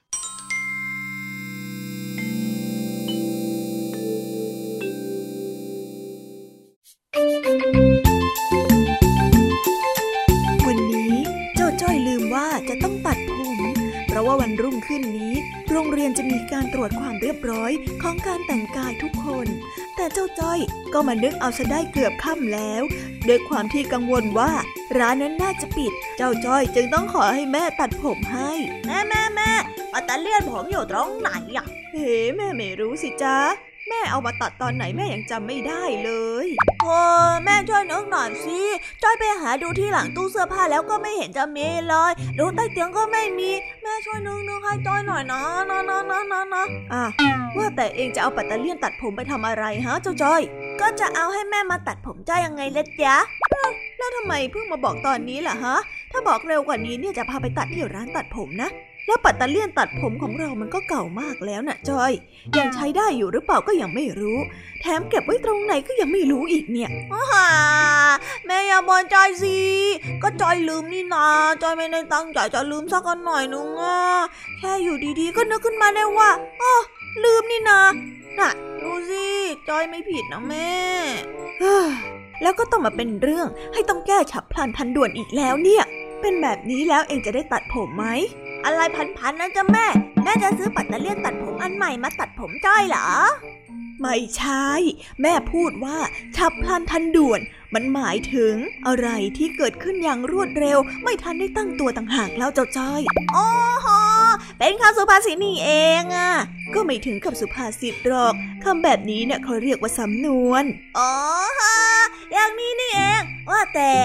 วันนี้เจ้าจ้อยลืมว่าจะต้องตัดผมเพราะว่าวันรุ่งขึ้นนี้โรงเรียนจะมีการตรวจความเรียบร้อยของการแต่งกายทุกคนแต่เจ้าจ้อยก็มานึกเอาซะได้เกือบค่ำแล้วด้วยความที่กังวลว่าร้านนั้นน่าจะปิดเจ้าจ้อยจึงต้องขอให้แม่ตัดผมให้แม่แม่แม่ปัตเตอร์เลียนผมอยู่ตรงไหนอ่ะเฮ้แม่ไม่รู้สิจ๊ะแม่เอามาตัดตอนไหนแม่ยังจำไม่ได้เลยโอ้แม่ช่วยนึกหน่อยสิจ้อยไปหาดูที่หลังตู้เสื้อผ้าแล้วก็ไม่เห็นจะมีเลยดูใต้เตียงก็ไม่มีแม่ช่วยนึกนึกให้จ้อยหน่อยนะนะนะนะนะนะอ่ะว่าแต่เองจะเอาปัตเตอร์เลียนตัดผมไปทำอะไรฮะเจ้าจ้อยก็จะเอาให้แม่มาตัดผมจ้อยยังไงเล็ดจ๊ะแล้วทำไมเพิ่งมาบอกตอนนี้ล่ะฮะถ้าบอกเร็วกว่านี้เนี่ยจะพาไปตัดที่ร้านตัดผมนะแล้วปัตเตอร์เลียนตัดผมของเรามันก็เก่ามากแล้วน่ะจอยยังใช้ได้อยู่หรือเปล่าก็ยังไม่รู้แถมเก็บไว้ตรงไหนก็ยังไม่รู้อีกเนี่ยฮ่าแม่อย่าบ่นจอยสิก็จอยลืมนี่นาจอยไม่ได้ตั้งใจจะลืมสักหน่อยนึงอ่ะแค่อยู่ดีๆก็นึกขึ้นมาได้ว่าอ๋อลืมนี่นาน่ะดูสิจอยไม่ผิดนะแม่แล้วก็ต้องมาเป็นเรื่องให้ต้องแก้ฉับพลันทันด่วนอีกแล้วเนี่ยเป็นแบบนี้แล้วเองจะได้ตัดผมไหมอะไรพันๆนะจ๊ะแม่แม่จะซื้อปัตเตอร์เลียนตัดผมอันใหม่มาตัดผมจ้อยเหรอไม่ใช่แม่พูดว่าฉับพลันทันด่วนมันหมายถึงอะไรที่เกิดขึ้นอย่างรวดเร็วไม่ทันได้ตั้งตัวต่างหากแล้วเจ้าจ้อยอ๋อฮะเป็นคำสุภาษิตนี่เองอ่ะก็ไม่ถึงกับสุภาษิตหรอกคำแบบนี้เนี่ยเขาเรียกว่าสำนวนอ๋อฮะอย่างนี้นี่เองว่าแต่แม่หา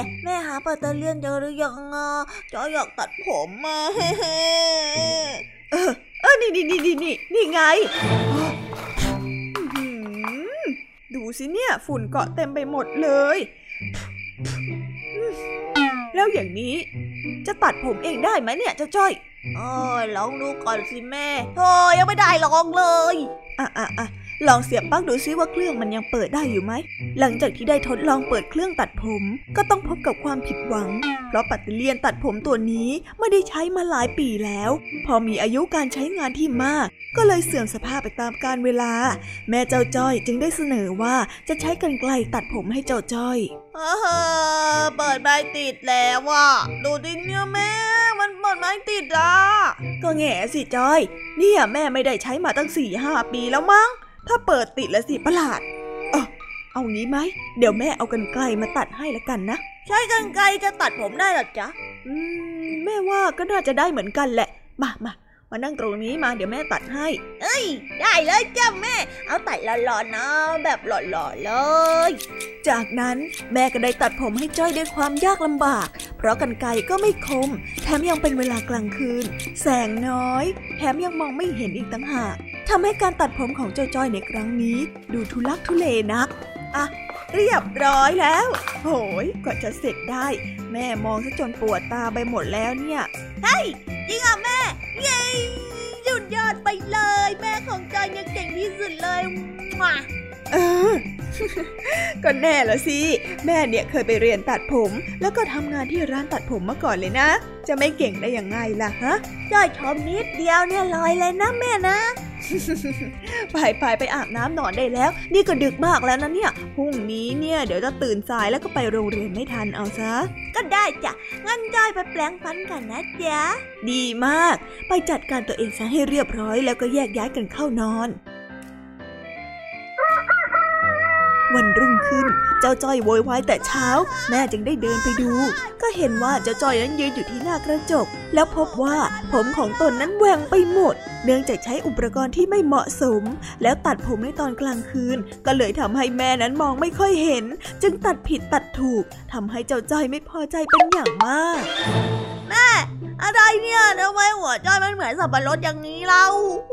าปัตเตอร์เลียนเจอหรือยังอ่ะจอยอยากตัดผมมาเออเออนี่นี่นี่นี่นี่นี่ไงดูสิเนี่ยฝุ่นเกาะเต็มไปหมดเลยแล้วอย่างนี้จะตัดผมเองได้ไหมเนี่ยเจ้าจ้อยเออลองดูก่อนสิแม่โธ่ยังไม่ได้ลองเลยอ่ะอ่ะอ่ะลองเสียบปลั๊กดูซิว่าเครื่องมันยังเปิดได้อยู่ไหมหลังจากที่ได้ทดลองเปิดเครื่องตัดผมก็ต้องพบกับความผิดหวังเพราะปัตเตอร์เลียนตัดผมตัวนี้ไม่ได้ใช้มาหลายปีแล้วพอมีอายุการใช้งานที่มากก็เลยเสื่อมสภาพไปตามกาลเวลาแม่เจ้าจ้อยจึงได้เสนอว่าจะใช้กรรไกรตัดผมให้เจ้าจ้อยเออเปิดไม่ติดแล้วว่ะดูดิเนี่ยแม่มันเปิดไม่ติดอ่ะก็แง่สิจ้อยเนี่ยแม่ไม่ได้ใช้มาตั้ง สี่ห้า ปีแล้วมั้งถ้าเปิดติดแล้วสิประหลาดเออเอางี้ไหมเดี๋ยวแม่เอากรรไกรมาตัดให้ละกันนะใช้กรรไกรจะตัดผมได้หรอจ๊ะอืมแม่ว่าก็น่าจะได้เหมือนกันแหละมามามานั่งตรงนี้มาเดี๋ยวแม่ตัดให้เอ้ยได้เลยจ้ะแม่เอาตัดหล่อๆนะแบบหล่อๆเลยจากนั้นแม่ก็ได้ตัดผมให้จ้อยด้วยความยากลำบากเพราะกรรไกรก็ไม่คมแถมยังเป็นเวลากลางคืนแสงน้อยแถมยังมองไม่เห็นอีกต่างหากทำให้การตัดผมของเจ้าจ้อยในครั้งนี้ดูทุลักทุเลนักอ่ะเรียบร้อยแล้วโหยกว่าจะเสร็จได้แม่มองซะจนปวดตาไปหมดแล้วเนี่ยเฮ้ยจริงอ่ะแม่เย้สุดยอดไปเลยแม่ของจอยยังเก่งที่สุดเลยมาเออ ก็แน่ละสิแม่เนี่ยเคยไปเรียนตัดผมแล้วก็ทำงานที่ร้านตัดผมมาก่อนเลยนะจะไม่เก่งได้ยังไงล่ะฮะจ้อยชมนิดเดียวเนี่ยลอยเลยนะแม่นะไปไปไปอาบน้ำนอนได้แล้วนี่ก็ดึกมากแล้วนะเนี่ยพรุ่งนี้เนี่ยเดี๋ยวจะตื่นสายแล้วก็ไปโรงเรียนไม่ทันเอาซะก็ได้จ้ะงั้นจ้อยไปแปรงฟันกันนะจ๊ะดีมากไปจัดการตัวเองซะให้เรียบร้อยแล้วก็แยกย้ายกันเข้านอนวันรุ่งขึ้นเจ้าจ้อยโวยวายแต่เช้าแม่จึงได้เดินไปดูก็เห็นว่าเจ้าจ้อยนั้นยืนอยู่ที่หน้ากระจกแล้วพบว่าผมของตนนั้นแหว่งไปหมดเนื่องจากใช้อุปกรณ์ที่ไม่เหมาะสมแล้วตัดผมในตอนกลางคืนก็เลยทำให้แม่นั้นมองไม่ค่อยเห็นจึงตัดผิดตัดถูกทำให้เจ้าจ้อยไม่พอใจเป็นอย่างมากแม่อะไรเนี่ยทำไมหัวจ้อยมันเหมือนสับปะรดอย่างนี้เล่า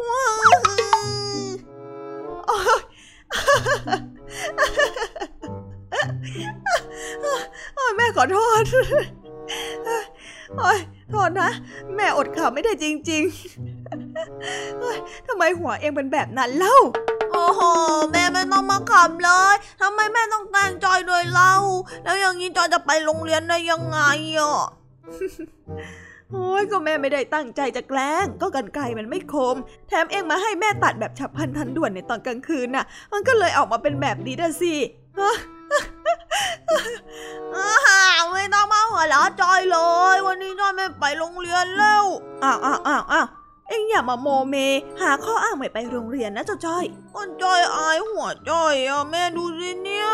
โอ้ยแม่ขอโทษโอ้ยโทษนะแม่อดขำไม่ได้จริงๆทำไมหัวเองเป็นแบบนั้นเล่าโอ้โหแม่ไม่ต้องมาขำเลยทำไมแม่ต้องแต่งจอยด้วยเล่าแล้วอย่างนี้จอยจะไปโรงเรียนได้ยังไงอ่ะโอ้ยก็แม่ไม่ได้ตั้งใจจะแกล้งก็กรรไกรมันไม่คมแถมเองมาให้แม่ตัดแบบฉับพลันทันด่วนในตอนกลางคืนน่ะมันก็เลยออกมาเป็นแบบนี้นะสิไม่ต้องมาหัวเราะจอยเลยวันนี้จอยไม่ไปโรงเรียนแล้วอ้าวอ้าวอ้าวอ้าวเอ็งอย่ามาโมเมหาข้ออ้างไม่ไปโรงเรียนนะเจ้าจ้อยคนจอยอายหัวจอยอ่ะแม่ดูสิเนี่ย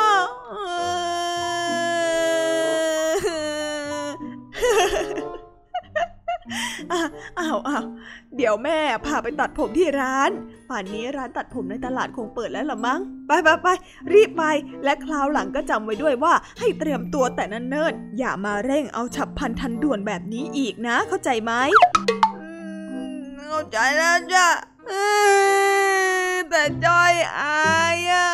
อ้าวอ้าวเดี๋ยวแม่พาไปตัดผมที่ร้านป่านนี้ร้านตัดผมในตลาดคงเปิดแล้วล่ะมั้งไปไปไปรีบไปและคราวหลังก็จำไว้ด้วยว่าให้เตรียมตัวแต่เนิ่นๆอย่ามาเร่งเอาฉับพลันทันด่วนแบบนี้อีกนะเข้าใจไหมเข้าใจแล้วจ้ะแต่จอยอายอ่ะ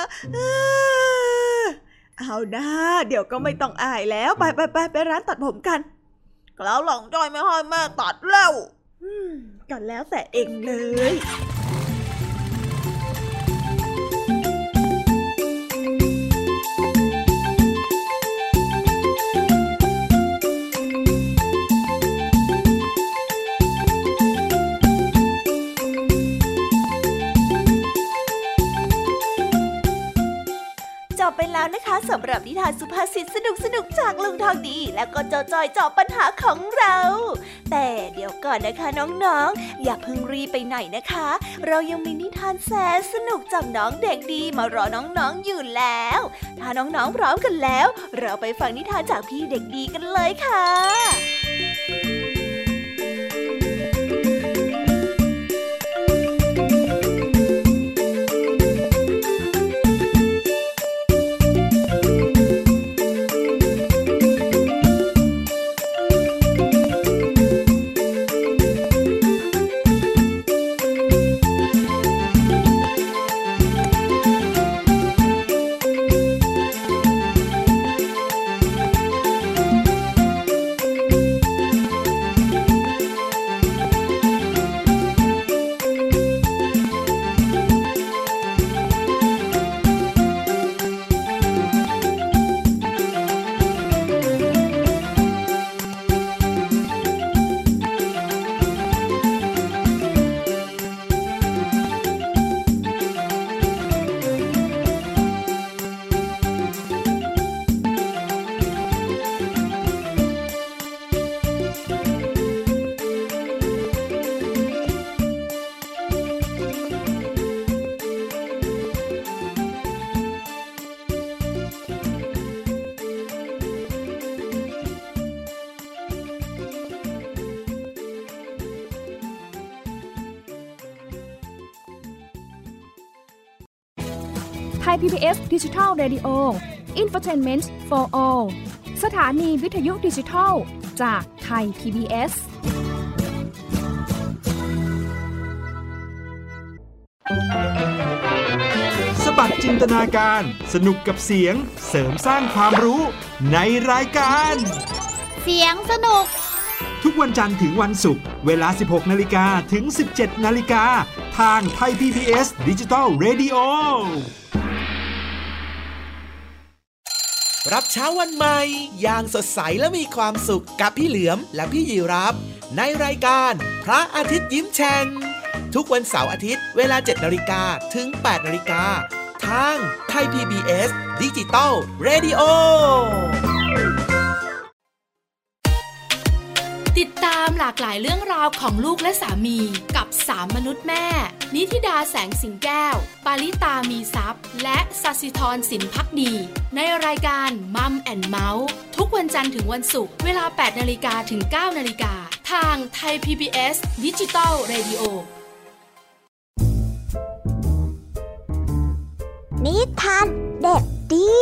เอานะเดี๋ยวก็ไม่ต้องอายแล้วไปไปไปไปร้านตัดผมกันแล้วหลังจอยไม่ให้แม่ตัดแล้วกันแล้วแต่เองเลยจบไปแล้วนะคะสำหรับนิทานสุภาษิตสนุกๆจากลุงทองดีแล้วก็เจ้าจ้อยเจาะปัญหาของเราแต่เดี๋ยวก่อนนะคะน้องๆอย่าเพิ่งรีบไปไหนนะคะเรายังมีนิทานแสนสนุกจากน้องเด็กดีมารอน้องๆอยู่แล้วถ้าน้องๆพร้อมกันแล้วเราไปฟังนิทานจากพี่เด็กดีกันเลยค่ะ Thai พี บี เอส Digital Radio Infotainment for All สถานีวิทยุดิจิทัลจากไทย พี บี เอสสบัดจินตนาการสนุกกับเสียงเสริมสร้างความรู้ในรายการเสียงสนุกทุกวันจันทร์ถึงวันศุกร์เวลา สิบหกนาฬิกา ถึง สิบเจ็ดนาฬิกา ทางไทย พี บี เอส Digital Radio รับเช้าวันใหม่อย่างสดใสและมีความสุขกับพี่เหลือมและพี่ยีรับในรายการพระอาทิตย์ยิ้มแฉ่งทุกวันเสาร์อาทิตย์เวลา เจ็ดนาฬิกา ถึง แปดนาฬิกา ทางไทย พี บี เอส Digital Radio ติดตามหลากหลายเรื่องราวของลูกและสามีกับสามมนุษย์แม่นิธิดาแสงสิงแก้วปาริตามีทรัพย์และสัสิธรสินภักดีในรายการมัมแอนด์เมาส์ทุกวันจันทร์ถึงวันศุกร์เวลา แปดนาฬิกา ถึง เก้านาฬิกา ทางไทย พี บี เอส Digital Radio นิทานเด็กดี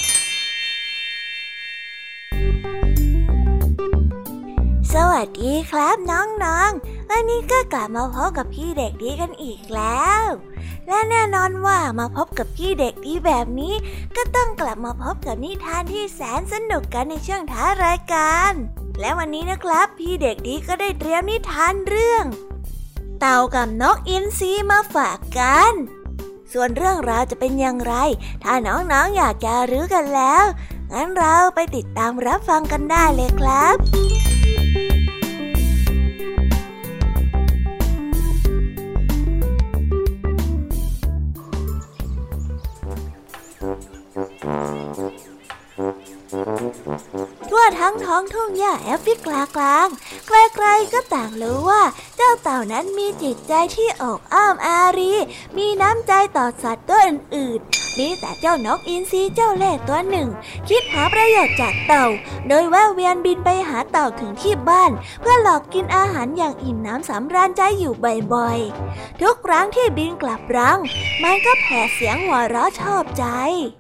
สวัสดีครับน้องๆวันนี้ก็กลับมาพบกับพี่เด็กดีกันอีกแล้วและแน่นอนว่ามาพบกับพี่เด็กดีแบบนี้ก็ต้องกลับมาพบกับนิทานที่แสนสนุกกันในช่วงท้ายรายการและวันนี้นะครับพี่เด็กดีก็ได้เตรียมนิทานเรื่องเต่ากับนกอินทรีมาฝากกันส่วนเรื่องราวจะเป็นอย่างไรถ้าน้องๆ อ, อยากจะรู้กันแล้วงั้นเราไปติดตามรับฟังกันได้เลยครับทั่วทั้งท้องทุ่งหญ้าแอฟริกากลางใครๆก็ต่างรู้ว่าเจ้าเต่านั้นมีจิตใจที่อบอ้อมอารีมีน้ำใจต่อสัตว์ตัวอื่นๆมีแต่เจ้านกอินทรีเจ้าเล่ห์ตัวหนึ่งคิดหาประโยชน์จากเต่าโดยแวะเวียนบินไปหาเต่าถึงที่บ้านเพื่อหลอกกินอาหารอย่างอิ่มน้ำสำราญใจอยู่บ่อยๆทุกครั้งที่บินกลับรังมันก็แผ่เสียงหัวเราะชอบใจ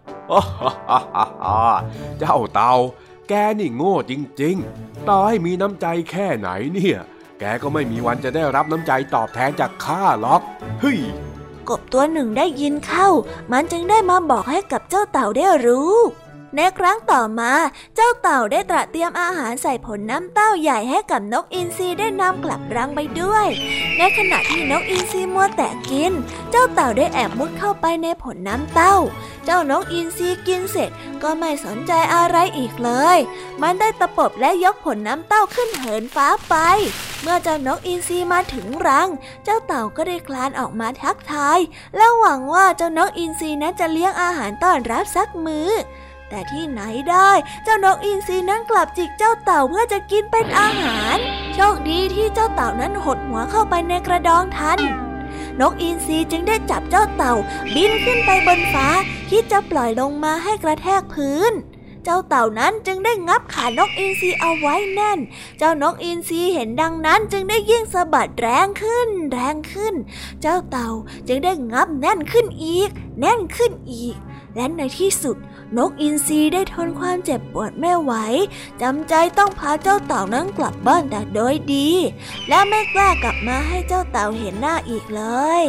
เจ้าเต่าแกนี่โง่จริงๆต่อให้มีน้ำใจแค่ไหนเนี่ยแกก็ไม่มีวันจะได้รับน้ำใจตอบแทนจากข้าหรอกเฮ้ยกบตัวหนึ่งได้ยินเข้ามันจึงได้มาบอกให้กับเจ้าเต่าได้รู้ในครั้งต่อมาเจ้าเต่าได้ตระเตรียมอาหารใส่ผลน้ำเต้าใหญ่ให้กับนกอินทรีได้นำกลับรังไปด้วยในขณะที่นกอินทรีมัวแต่กินเจ้าเต่าได้แอบมุดเข้าไปในผลน้ำเต้าเจ้านกอินทรีกินเสร็จก็ไม่สนใจอะไรอีกเลยมันได้ตะปบและยกผลน้ำเต้าขึ้นเหินฟ้าไปเมื่อเจ้านกอินทรีมาถึงรังเจ้าเต่าก็ได้คลานออกมาทักทายและหวังว่าเจ้านกอินทรีนั้นจะเลี้ยงอาหารต้อนรับสักมื้อแต่ที่ไหนได้เจ้านกอินทรีนั้นกลับจิกเจ้าเต่าเพื่อจะกินเป็นอาหารโชคดีที่เจ้าเต่านั้นหดหัวเข้าไปในกระดองทันนกอินทรีจึงได้จับเจ้าเต่าบินขึ้นไปบนฟ้าคิดจะปล่อยลงมาให้กระแทกพื้นเจ้าเต่านั้นจึงได้งับขานกอินทรีเอาไว้แน่นเจ้านกอินทรีเห็นดังนั้นจึงได้ยิ่งสะบัดแรงขึ้นแรงขึ้นเจ้าเต่าจึงได้งับแน่นขึ้นอีกแน่นขึ้นอีกและในที่สุดนกอินทรีได้ทนความเจ็บปวดไม่ไหวจำใจต้องพาเจ้าเต่านั้นกลับบ้านแต่โดยดีและไม่กล้ากลับมาให้เจ้าเต่าเห็นหน้าอีกเลย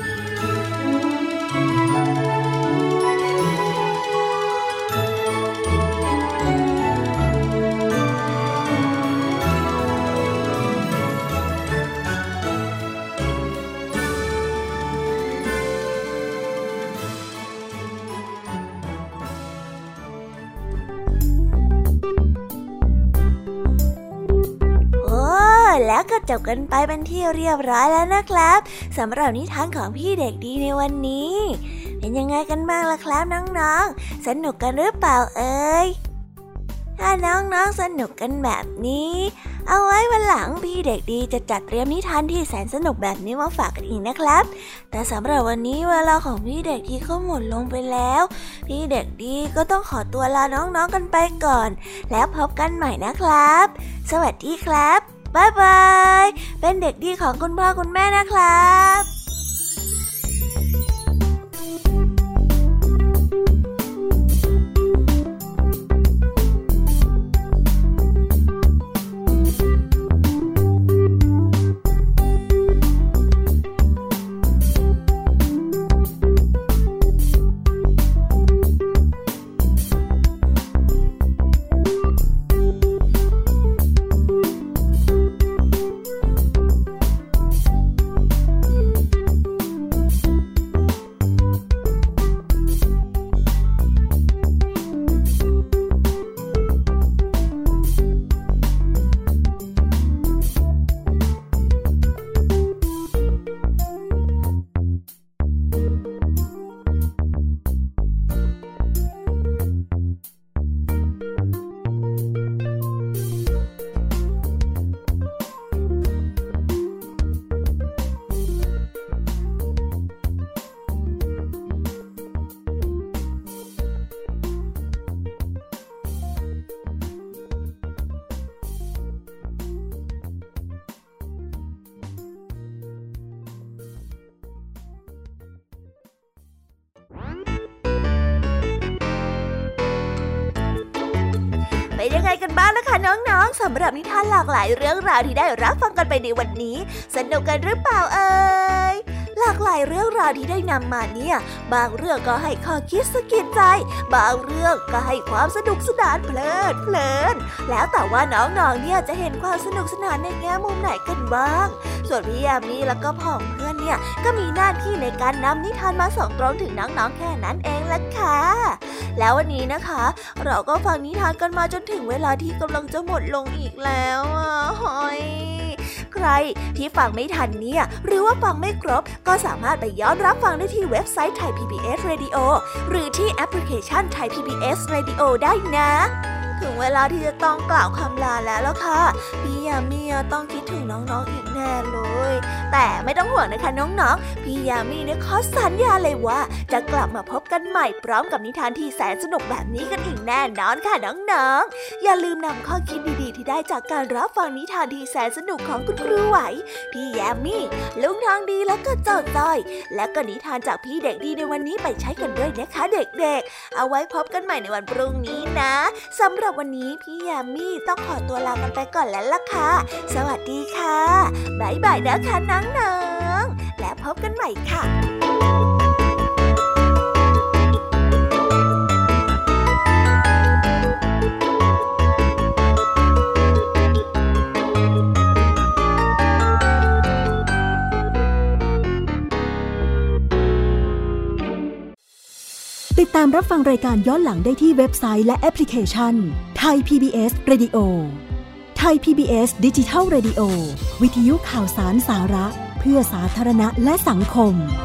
แล้วก็จบกันไปเป็นที่เรียบร้อยแล้วนะครับสำหรับนิทานของพี่เด็กดีในวันนี้เป็นยังไงกันบ้างล่ะครับน้องๆสนุกกันหรือเปล่าเอ่ยถ้าน้องๆสนุกกันแบบนี้เอาไว้วันหลังพี่เด็กดีจะจัดเตรียมนิทานที่แสนสนุกแบบนี้มาฝากกันอีกนะครับแต่สำหรับวันนี้เวลาของพี่เด็กดีก็หมดลงไปแล้วพี่เด็กดีก็ต้องขอตัวลาน้องๆกันไปก่อนแล้วพบกันใหม่นะครับสวัสดีครับบ๊ายบายเป็นเด็กดีของคุณพ่อคุณแม่นะครับเป็นยังไงกันบ้างล่ะคะน้องๆสำหรับนิทานหลากหลายเรื่องราวที่ได้รับฟังกันไปในวันนี้สนุกกันหรือเปล่าเอ่ยหลากหลายเรื่องราวที่ได้นำมาเนี่ยบางเรื่องก็ให้ข้อคิดสะกิดใจบางเรื่องก็ให้ความสนุกสนานเพลิดเพลินแล้วแต่ว่าน้องๆเนี่ยจะเห็นความสนุกสนานในแง่มุมไหนกันบ้างส่วนพี่ยามีแล้วก็พ่องเพื่อนเนี่ยก็มีหน้าที่ในการนำนิทานมาส่งตรงถึงน้องๆแค่นั้นเองล่ะค่ะแล้ววันนี้นะคะเราก็ฟังนิทานกันมาจนถึงเวลาที่กำลังจะหมดลงอีกแล้วอ่ะหอยใครที่ฟังไม่ทันเนี่ยหรือว่าฟังไม่ครบก็สามารถไปย้อนรับฟังได้ที่เว็บไซต์ Thai พี บี เอส Radio หรือที่แอปพลิเคชัน Thai พี บี เอส Radio ได้นะถึงเวลาที่จะต้องกล่าวคำลาแล้วล่ะค่ะพี่ยามีต้องคิดถึงน้องๆอีกแน่เลยแต่ไม่ต้องห่วงนะคะน้องๆพี่ยามีเนี่ยขอสัญญาเลยว่าจะกลับมาพบกันใหม่พร้อมกับนิทานที่แสนสนุกแบบนี้กันอีกแน่นอนค่ะน้องๆอย่าลืมนำข้อคิดดีๆที่ได้จากการรับฟังนิทานที่แสนสนุกของคุณครูไหวพี่ยามีลุงทองดีแล้วก็เจ้าจ้อยและก็นิทานจากพี่เด็กดีในวันนี้ไปใช้กันด้วยนะคะเด็กๆเอาไว้พบกันใหม่ในวันพรุ่งนี้นะสำหรับวันนี้พี่ยามีต้องขอตัวลากันไปก่อนแล้วล่ะค่ะสวัสดีค่ะบ๊ายบายนะคะน้องๆและพบกันใหม่ค่ะติดตามรับฟังรายการย้อนหลังได้ที่เว็บไซต์และแอปพลิเคชัน Thai พี บี เอส Radio Thai พี บี เอส Digital Radio วิทยุข่าวสารสาระเพื่อสาธารณะและสังคม